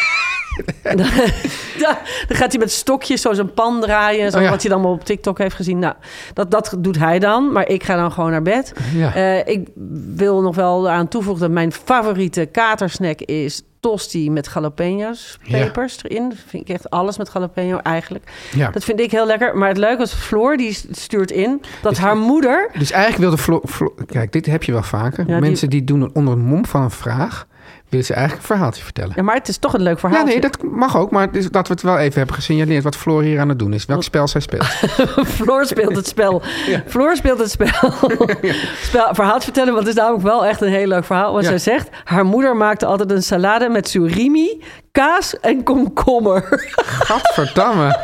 dan, dan, dan gaat hij met stokjes zo zijn pan draaien. Zo, Oh ja. Wat hij dan wel op TikTok heeft gezien. Nou, dat, dat doet hij dan. Maar ik ga dan gewoon naar bed. Ja. Uh, ik wil nog wel aan toevoegen dat mijn favoriete katersnack is tosti met jalapenos, pepers ja. erin. Dat vind ik echt alles met jalapeno eigenlijk. Ja. Dat vind ik heel lekker. Maar het leuke is, Floor die stuurt in dat dus, haar moeder... Dus eigenlijk wilde Floor... Floor kijk, dit heb je wel vaker. Ja, Mensen die... die doen onder een mom van een vraag... willen ze eigenlijk een verhaaltje vertellen. Ja, maar het is toch een leuk verhaal. Ja, nee, dat mag ook. Maar dus dat we het wel even hebben gesignaleerd... wat Floor hier aan het doen is. Welk spel zij speelt. Floor speelt het spel. Ja. Floor speelt het spel. ja. spel verhaal vertellen, want het is namelijk wel echt een heel leuk verhaal. Want ja. zij zegt, haar moeder maakte altijd een salade met surimi, kaas en komkommer. Gadverdamme.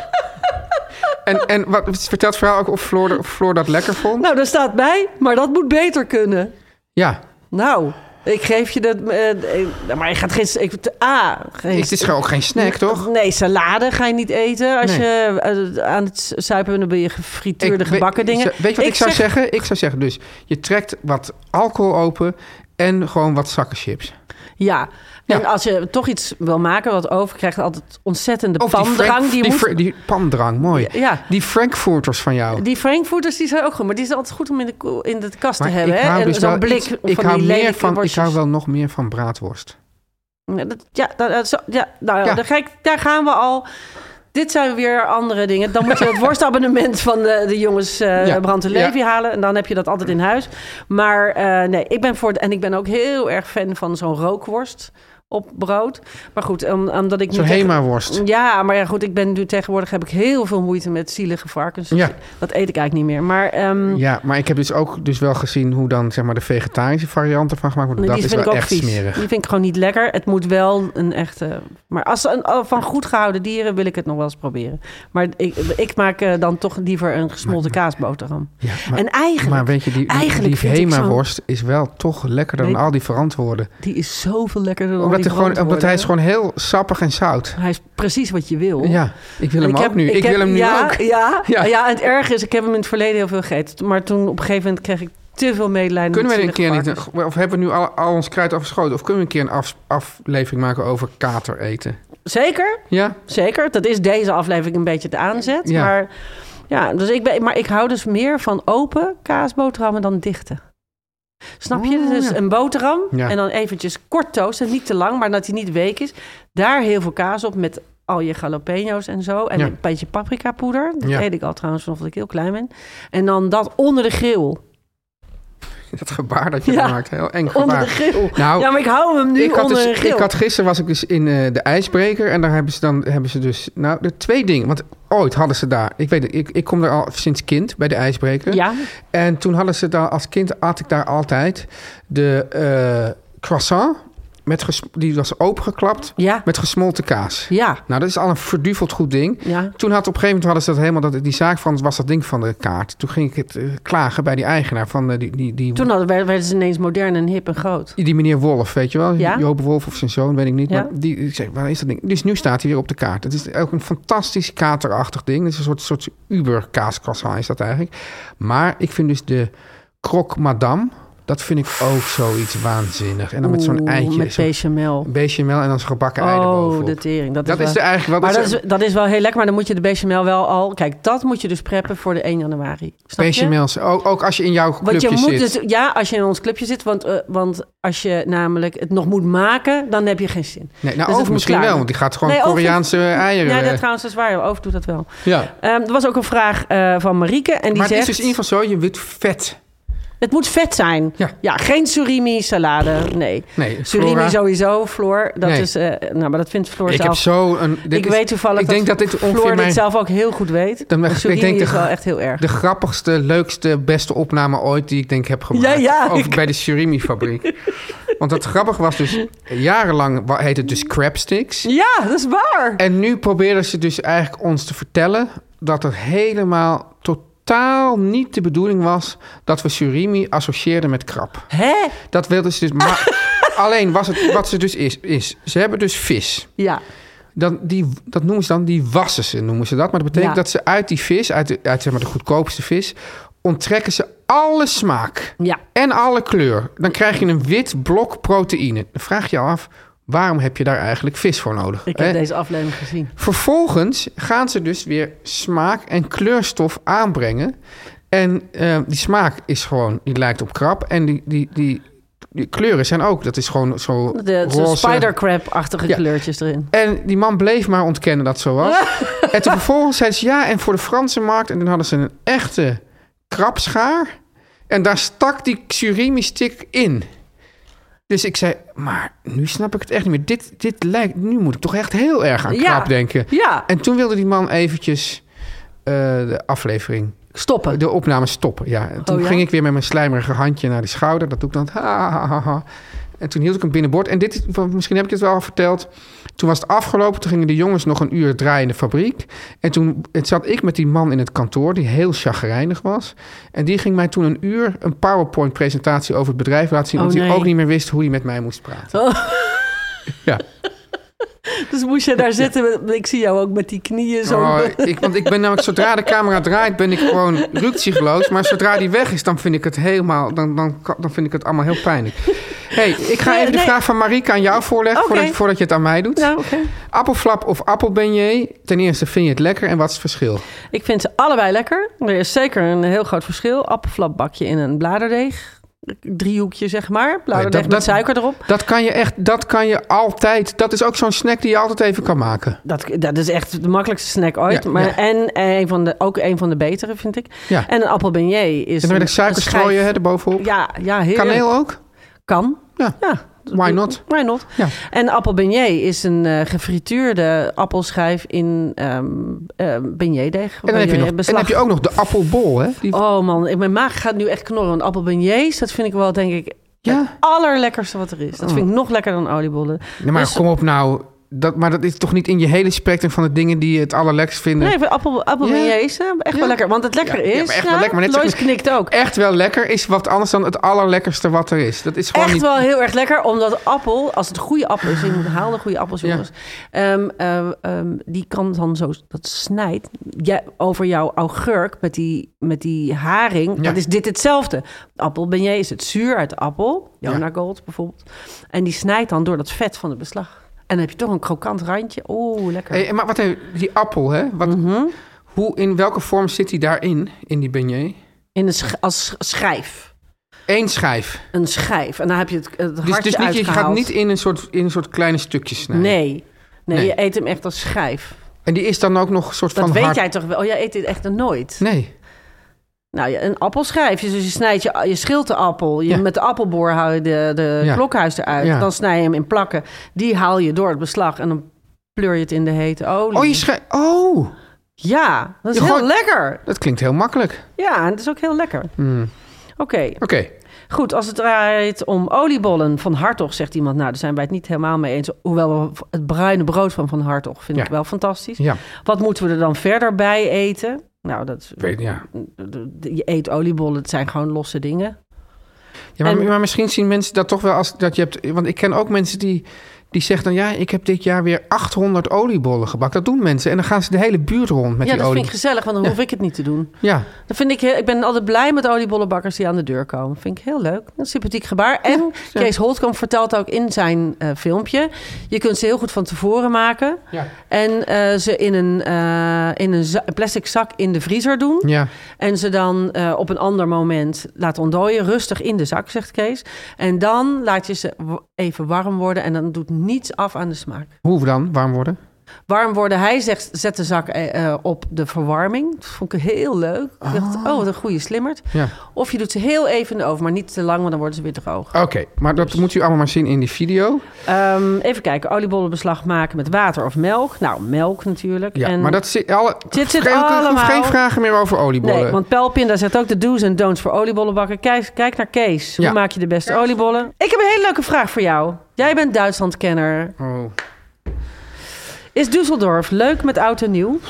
En, en wat vertelt het verhaal ook of Floor, of Floor dat lekker vond? Nou, daar staat bij, maar dat moet beter kunnen. Ja. Nou... Ik geef je dat... Uh, maar je gaat geen... Ik, ah, geen, het is ook geen snack, toch? Nee, salade ga je niet eten. Als nee. je uh, aan het zuipen bent, dan ben je gefrituurde, ik, gebakken weet, dingen. Weet je wat ik, ik zou zeg, zeggen? Ik zou zeggen, dus je trekt wat alcohol open en gewoon wat zakken chips. Ja. En ja. als je toch iets wil maken wat over, krijg je altijd ontzettende of pandrang. Die, Frank, die, die, moet... fr- die pandrang, mooi. Ja. Die Frankfurters van jou. Die Frankfurters, die zijn ook goed. Maar die is altijd goed om in de, in de kast maar te hebben. Ik hè? hou En dus zo'n wel blik iets, van ik die hou meer van, worstjes. Ik hou wel nog meer van braadworst. Ja, dat, ja, dat, ja, nou, ja. Daar, ga ik, daar gaan we al... Dit zijn weer andere dingen. Dan moet je het worstabonnement van de, de jongens uh, ja. Brand en Levy ja. halen. En dan heb je dat altijd in huis. Maar uh, nee, ik ben voor... En ik ben ook heel erg fan van zo'n rookworst op brood. Maar goed, om, omdat ik... Zo'n Hema-worst. Ja, maar ja, goed, ik ben nu tegenwoordig... heb ik heel veel moeite met zielige varkens. Ja. Dat eet ik eigenlijk niet meer. Maar, um, ja, maar ik heb dus ook dus wel gezien... hoe dan zeg maar de vegetarische variant ervan gemaakt wordt. Nee, dat is wel echt vies. smerig. Die vind ik gewoon niet lekker. Het moet wel een echte... Maar als een, van goed gehouden dieren wil ik het nog wel eens proberen. Maar ik, ik maak uh, dan toch liever een gesmolten maar, kaasboterham. Ja, maar, en eigenlijk... Maar weet je, die, eigenlijk die Hema-worst is wel toch lekkerder dan al die verantwoorden. Die is zoveel lekkerder dan omdat die gewoon, Omdat hij is gewoon heel sappig en zout. Hij is precies wat je wil. Ja, ik wil hem ik ook heb, nu. Ik, ik heb, wil hem nu ja, ook. Ja, ja. ja, en het erg is, ik heb hem in het verleden heel veel gegeten. Maar toen op een gegeven moment kreeg ik te veel medelijden. Kunnen we een keer varkens. niet... Of hebben we nu al, al ons kruid afgeschoten? Of kunnen we een keer een af, aflevering maken over kater eten? Zeker. Ja? Zeker. Dat is deze aflevering een beetje de aanzet. Ja. Maar, ja, dus ik ben, maar ik hou dus meer van open kaasboterhammen dan dichte. Snap je? Oh, dus ja. een boterham ja. en dan eventjes kort toasten. Niet te lang, maar dat hij niet week is. Daar heel veel kaas op met al je jalapeno's en zo. En ja. een beetje paprikapoeder. Dat ja. eet ik al trouwens vanaf dat ik heel klein ben. En dan dat onder de grill. Dat gebaar dat je ja. maakt, heel eng gebaar. Onder de grill. Nou, ja, maar ik hou hem nu ik had onder dus, de grill. Ik had gisteren was ik dus in uh, de IJsbreker en daar hebben ze dan hebben ze dus nou de twee dingen. Want ooit hadden ze daar, ik weet het, ik, ik kom daar al sinds kind bij de IJsbreker. Ja. En toen hadden ze daar als kind at ik daar altijd de uh, croissant. Met ges- die was opengeklapt ja. met gesmolten kaas. Ja. Nou, dat is al een verduveld goed ding. Ja. Toen had op een gegeven moment hadden ze dat helemaal... Dat, die zaak van was dat ding van de kaart. Toen ging ik het uh, klagen bij die eigenaar van uh, die, die, die... Toen hadden, werden ze ineens modern en hip en groot. Die meneer Wolf, weet je wel? Ja? Joop Wolf of zijn zoon, weet ik niet. Ja. Maar die, ik zeg, waar is dat ding? Dus nu staat hij weer op de kaart. Het is ook een fantastisch katerachtig ding. Het is een soort, soort Uber-kaascroissant is dat eigenlijk. Maar ik vind dus de croque madame... Dat vind ik ook zoiets waanzinnig. En dan met zo'n Oeh, eitje. Met bechamel. Bechamel en dan zo'n gebakken ei oh, erbovenop. Oh, de tering. Dat, dat is, is wel, er eigenlijk wel... Maar dat, dat, is, dat is wel heel lekker. Maar dan moet je de bechamel wel al... Kijk, dat moet je dus preppen voor de eerste januari. Snap Bechamels. Ook, ook als je in jouw clubje want je moet zit. Dus, ja, als je in ons clubje zit. Want, uh, want als je namelijk het nog moet maken... dan heb je geen zin. Nee, nou, dus Over misschien wel. Want die gaat gewoon nee, Koreaanse over, eieren... Ja, dat trouwens, dat is waar. Over doet dat wel. Ja. Um, er was ook een vraag uh, van Marieke. En die maar zegt, het is dus in ieder geval zo. Je wilt vet... Het moet vet zijn. Ja. ja geen surimi salade. Nee. Nee, surimi Flora. sowieso, Floor. Dat Nee. is, uh, nou, maar dat vindt Floor Ik zelf. heb zo een... dit Ik is- weet toevallig ik denk dat, dit Floor ongeveer dit mijn, zelf ook heel goed weet. Dan- Maar ik surimi denk de- is wel echt heel erg. de grappigste, leukste, beste opname ooit die ik denk heb gemaakt. Ja, ja, Over ik- bij de surimi-fabriek. Want het grappige was dus... Jarenlang wa- heette het dus crabsticks. Ja, dat is waar. En nu probeerden ze dus eigenlijk ons te vertellen... dat het helemaal totaal niet de bedoeling was... dat we surimi associeerden met krab. Hè? Dat wilden ze dus... Maar alleen was het, wat ze dus is, is... Ze hebben dus vis. Ja. Dan, die, dat noemen ze dan, die wassen ze, noemen ze dat. Maar dat betekent Ja. dat ze uit die vis, uit, de, uit zeg maar de goedkoopste vis... onttrekken ze alle smaak Ja. en alle kleur. Dan krijg je een wit blok proteïne. Dan vraag je je af, waarom heb je daar eigenlijk vis voor nodig? Ik heb Hè? deze aflevering gezien. Vervolgens gaan ze dus weer smaak en kleurstof aanbrengen. En eh, die smaak is gewoon, die lijkt op krab. En die, die, die, die kleuren zijn ook, dat is gewoon zo De, de roze. spidercrab-achtige Ja. kleurtjes erin. En die man bleef maar ontkennen dat het zo was. En toen vervolgens zei ze ja, en voor de Franse markt. En toen hadden ze een echte krabschaar. En daar stak die surimi-stick in. Dus ik zei, maar nu snap ik het echt niet meer. Dit, dit lijkt, nu moet ik toch echt heel erg aan Ja. krab denken. Ja, En toen wilde die man eventjes eh, de aflevering, stoppen. de opname stoppen. Ja. En toen Oh, ja? ging ik weer met mijn slijmerige handje naar die schouder. Dat doe ik dan. Ha, ha, ha, ha. En toen hield ik hem binnenboord. En dit, is- misschien heb ik het wel al verteld. Toen was het afgelopen. Toen gingen de jongens nog een uur draaien in de fabriek. En toen het zat ik met die man in het kantoor, die heel chagrijnig was. En die ging mij toen een uur een PowerPoint-presentatie over het bedrijf laten zien. Oh, omdat hij nee. ook niet meer wist hoe hij met mij moest praten. Oh. Ja. Dus moest je daar zitten. met- Ik zie jou ook met die knieën zo. Oh, ik, want ik ben namelijk, zodra de camera draait, ben ik gewoon ruksigloos. Maar zodra die weg is, dan vind ik het helemaal, dan, dan, dan vind ik het allemaal heel pijnlijk. Hey, ik ga Nee, even de nee. vraag van Marieke aan jou voorleggen, Oké. voordat, voordat je het aan mij doet. Nou, oké. Appelflap of appelbeignet? Ten eerste, vind je het lekker en wat is het verschil? Ik vind ze allebei lekker. Er is zeker een heel groot verschil. Appelflapbakje in een bladerdeeg. Driehoekje, zeg maar. Bladerdeeg dat- met dat- suiker erop. Dat kan je echt, dat kan je altijd, dat is ook zo'n snack die je altijd even kan maken. Dat, dat is echt de makkelijkste snack ooit. Ja, maar, ja. En een van de, ook een van de betere, vind ik. Ja. En een appelbeignet is En dan wil een- ik suiker een schijf- strooien hè, erbovenop. Ja, ja, heerlijk. Kaneel ook? Kan. Ja. Ja. Why not? Why not? Ja. En appelbeignet is een eh, gefrituurde appelschijf in ehm eh, beignedeeg. En dan, heb je nog, en dan heb je ook nog de appelbol, hè? Die, Oh man, ik- mijn maag gaat nu echt knorren. Want appelbeignets, dat vind ik wel, denk ik, Ja? het allerlekkerste wat er is. Dat vind ik nog lekkerder dan oliebollen. Nee, maar Dus- kom op nou. Dat, maar dat is toch niet in je hele spectrum van de dingen die je het allerlekkerst vinden? Nee, voor appel, appelbeignets, hè, echt Ja. wel lekker. Want het lekker Ja, ja, is, maar echt wel lekker, maar net zo- Lois knikt ook. Echt wel lekker is wat anders dan het allerlekkerste wat er is. Dat is gewoon Echt niet... wel heel erg lekker, omdat appel, als het goede appel is, je moet halen de goede appels, Ja. jongens. Ehm, ehm, ehm, die kan dan zo, dat snijdt ja, over jouw augurk met die, met die haring. Ja. Dat is dit hetzelfde. Appelbeignet is het zuur uit de appel, Ja. Jona Gold bijvoorbeeld. En die snijdt dan door dat vet van het beslag. En dan heb je toch een krokant randje. Oeh, lekker. Hey, maar wat heeft die appel, hè? Wat, Mhm. hoe, in welke vorm zit die daarin, in die beignet? In een sch- als schijf. Eén schijf. Een schijf. En dan heb je het, het Dus, hartje dus niet, je gaat uitgehaald. niet in een soort, in een soort kleine stukjes snijden. Nee. nee. Nee. je eet hem echt als schijf. En die is dan ook nog een soort Dat van weet hard... jij toch wel? Oh, jij eet dit echt nooit. Nee. Nou, ja, een appelschijf. Dus je snijdt je, je schilt de appel. Je, Ja. Met de appelboor haal je de, de Ja. klokhuis eruit. Ja. Dan snij je hem in plakken. Die haal je door het beslag. En dan pleur je het in de hete olie. Oh, je schijf... Oh, Ja, dat is Je heel gooit- lekker. dat klinkt heel makkelijk. Ja, en het is ook heel lekker. Hmm. Oké, Oké. goed. Als het draait om oliebollen van Hartog, zegt iemand. Nou, daar zijn wij het niet helemaal mee eens. Hoewel we het bruine brood van Van Hartog vind Ja. ik wel fantastisch. Ja, Wat moeten we er dan verder bij eten? Nou, dat is, ik weet ja. je eet oliebollen, het zijn gewoon losse dingen. Ja, maar, En- maar misschien zien mensen dat toch wel als dat je hebt. Want ik ken ook mensen die, die zeggen dan ja, ik heb dit jaar weer achthonderd oliebollen gebakken. Dat doen mensen en dan gaan ze de hele buurt rond met ja, die dat olie. vind ik gezellig, want dan Ja. hoef ik het niet te doen. Ja, Dat vind ik, heel, ik ben altijd blij met oliebollenbakkers die aan de deur komen. Vind ik heel leuk. Een sympathiek gebaar. En ja. Kees Holtkamp vertelt ook in zijn eh, filmpje. Je kunt ze heel goed van tevoren maken. ja, En eh, ze in een, eh, in een, za- een plastic zak in de vriezer doen. ja. En ze dan eh, op een ander moment laten ontdooien. Rustig in de zak, zegt Kees. En dan laat je ze w- even warm worden. En dan doet niets af aan de smaak. Hoe dan warm worden? Warm worden. Hij zegt, zet de zak uh, op de verwarming. Dat vond ik heel leuk. Ik dacht, oh, wat een goede slimmerd. Ja. Of je doet ze heel even in de oven, maar niet te lang, want dan worden ze weer droog. Oké, okay, maar dat dus. moet u allemaal maar zien in die video. Um, even kijken, oliebollenbeslag maken met water of melk. Nou, melk natuurlijk. Ja, en maar dat zit alle... Dit zit geen, allemaal... geen vragen meer over oliebollen. Nee, want Pelpinda zet ook de do's en don'ts voor oliebollen bakken. Kijk, kijk naar Kees. Hoe ja. maak je de beste oliebollen? Ik heb een hele leuke vraag voor jou. Jij bent Duitslandkenner. Oh. Is Düsseldorf leuk met oud en nieuw?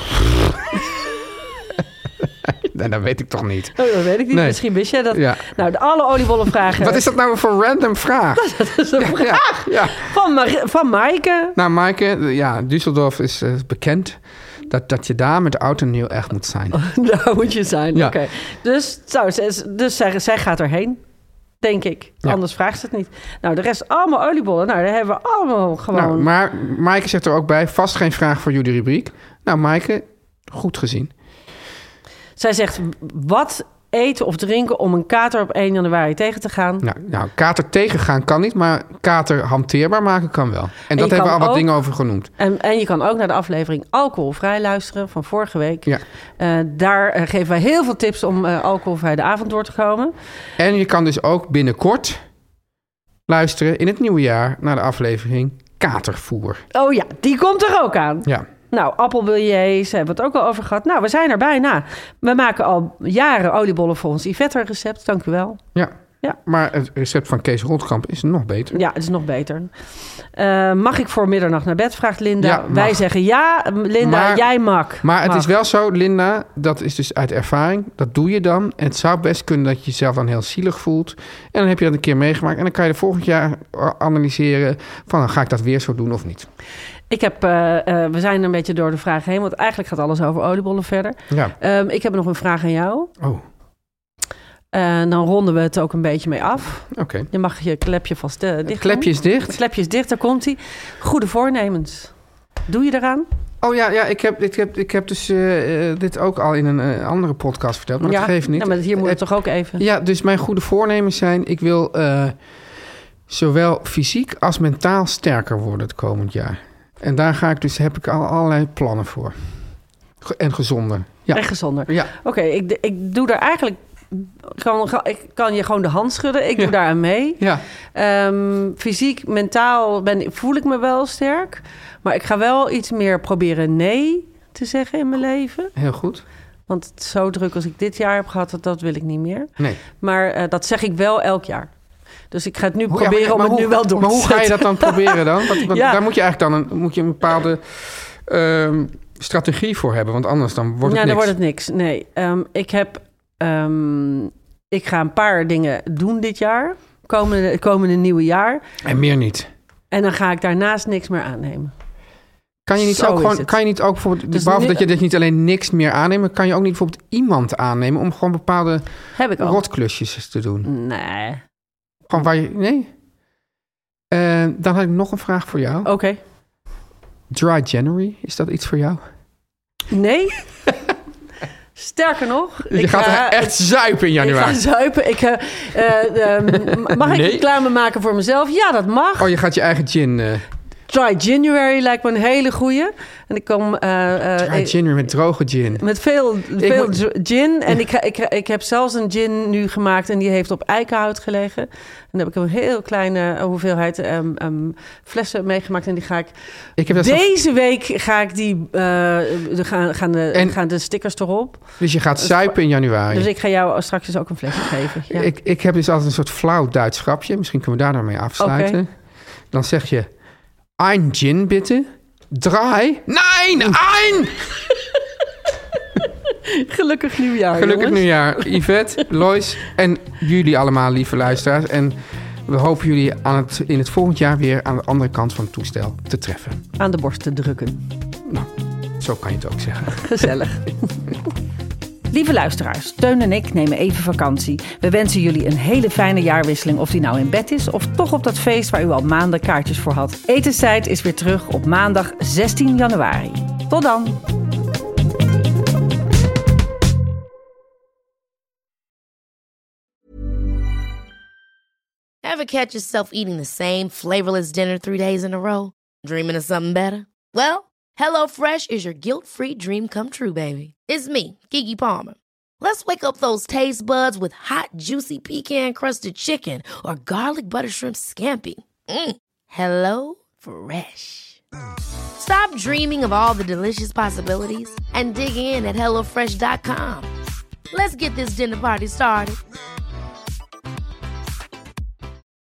Nee, dat weet ik toch niet. Oh, dat weet ik niet. Nee. Misschien wist jij dat. Ja. Nou, de alle oliebollenvragen... Wat is dat nou voor random vraag? Dat is een vraag ja, ja. Van, Mar- van Maaike. Nou, Maaike, ja, Düsseldorf is uh, bekend... Dat, dat je daar met oud en nieuw echt moet zijn. Daar moet je zijn, ja. Oké. Okay. Dus, zo, dus zij, zij gaat erheen, denk ik. Ja. Anders vraagt ze het niet. Nou, de rest allemaal oliebollen. Nou, daar hebben we allemaal gewoon... Nou, maar Maaike zegt er ook bij, vast geen vraag voor jullie rubriek. Nou, Maaike, goed gezien. Zij zegt, wat eten of drinken om een kater op één januari tegen te gaan? Nou, nou kater tegengaan kan niet, maar kater hanteerbaar maken kan wel. En, en dat hebben we al wat ook, dingen over genoemd. En, en je kan ook naar de aflevering Alcoholvrij luisteren van vorige week. Ja. Uh, daar uh, geven wij heel veel tips om uh, alcoholvrij de avond door te komen. En je kan dus ook binnenkort luisteren in het nieuwe jaar naar de aflevering Katervoer. Oh ja, die komt er ook aan. Ja. Nou, appelbillets, hebben we het ook al over gehad. Nou, we zijn er bijna. We maken al jaren oliebollen volgens Yvette recept. Dank u wel. Ja, ja. Maar het recept van Kees Rotkamp is nog beter. Ja, het is nog beter. Uh, mag ik voor middernacht naar bed, vraagt Linda. Ja, Wij zeggen ja, Linda, maar, jij mag. Maar het mag. is wel zo, Linda, dat is dus uit ervaring. Dat doe je dan. En het zou best kunnen dat je jezelf dan heel zielig voelt. En dan heb je dat een keer meegemaakt. En dan kan je de volgend jaar analyseren van, dan ga ik dat weer zo doen of niet. Ik heb, uh, uh, we zijn een beetje door de vraag heen, want eigenlijk gaat alles over oliebollen verder. Ja. Um, ik heb nog een vraag aan jou. Oh. Uh, dan ronden we het ook een beetje mee af. Oké. Okay. Je mag je klepje vast uh, dicht Het klepje is dicht? Het klepje is dicht, daar komt hij. Goede voornemens. Doe je eraan? Oh ja, ja ik, heb, ik, heb, ik heb dus uh, dit ook al in een uh, andere podcast verteld, maar ja, dat geeft niet. Ja, maar hier moet het uh, toch ook even... Ja, dus mijn goede voornemens zijn, ik wil uh, zowel fysiek als mentaal sterker worden het komend jaar. En daar ga ik dus, heb ik al allerlei plannen voor. Ge- en gezonder. Ja. En gezonder. Ja. Oké, okay, ik, ik doe daar eigenlijk... Kan, ik kan je gewoon de hand schudden. Ik doe ja. daar aan mee. Ja. Um, fysiek, mentaal ben, voel ik me wel sterk. Maar ik ga wel iets meer proberen nee te zeggen in mijn leven. Heel goed. Want het is zo druk als ik dit jaar heb gehad, dat, dat wil ik niet meer. Nee. Maar uh, dat zeg ik wel elk jaar. Dus ik ga het nu hoe, proberen ja, maar, maar, om het hoe, nu wel door te Maar hoe zetten. ga je dat dan proberen dan? Want, want ja. Daar moet je eigenlijk dan een, moet je een bepaalde uh, strategie voor hebben. Want anders dan wordt het ja, niks. Ja, dan wordt het niks. Nee, um, ik heb... Um, ik ga een paar dingen doen dit jaar. Komende, komende nieuwe jaar. En meer niet. En dan ga ik daarnaast niks meer aannemen. Kan je niet, ook, gewoon, kan je niet ook bijvoorbeeld... Dus behalve nu, dat je dus niet alleen niks meer aannemen... kan je ook niet bijvoorbeeld iemand aannemen... om gewoon bepaalde rotklusjes te doen? Nee. Gewoon waar je... Nee? Uh, dan had ik nog een vraag voor jou. Oké. Okay. Dry January, is dat iets voor jou? Nee. Sterker nog... Je ik gaat ga, echt zuipen in januari. Ik ga zuipen. Ik, uh, uh, mag nee. ik reclame maken voor mezelf? Ja, dat mag. Oh, je gaat je eigen gin... Uh... Dry January lijkt me een hele goeie. En ik kom... Uh, uh, Dry January met droge gin. Met veel, veel moet... gin. En ik, ik, ik heb zelfs een gin nu gemaakt... en die heeft op eikenhout gelegen. En dan heb ik een heel kleine hoeveelheid um, um, flessen meegemaakt. En die ga ik... ik heb deze zo... week ga ik die... Uh, gaan, gaan, de, en... gaan de stickers erop. Dus je gaat dus, zuipen in januari. Dus ik ga jou straks dus ook een flesje geven. Ja. Ik, ik heb dus altijd een soort flauw Duits grapje. Misschien kunnen we daar nou mee afsluiten. Okay. Dan zeg je... Ein Gin, bitte. Drei. Nein, ein! Gelukkig nieuwjaar, Gelukkig jongens. nieuwjaar, Yvette, Lois en jullie allemaal, lieve luisteraars. En we hopen jullie aan het, in het volgend jaar weer aan de andere kant van het toestel te treffen. Aan de borst te drukken. Nou, zo kan je het ook zeggen. Gezellig. Lieve luisteraars, Teun en ik nemen even vakantie. We wensen jullie een hele fijne jaarwisseling, of die nou in bed is... of toch op dat feest waar u al maanden kaartjes voor had. Etenstijd is weer terug op maandag zestien januari. Tot dan! Ever catch yourself eating the same flavorless dinner three days in a row? Dreaming of something better? Well, HelloFresh is your guilt-free dream come true, baby. It's me, Keke Palmer. Let's wake up those taste buds with hot, juicy pecan-crusted chicken or garlic butter shrimp scampi. Mm. Hello Fresh. Stop dreaming of all the delicious possibilities and dig in at hello fresh dot com. Let's get this dinner party started.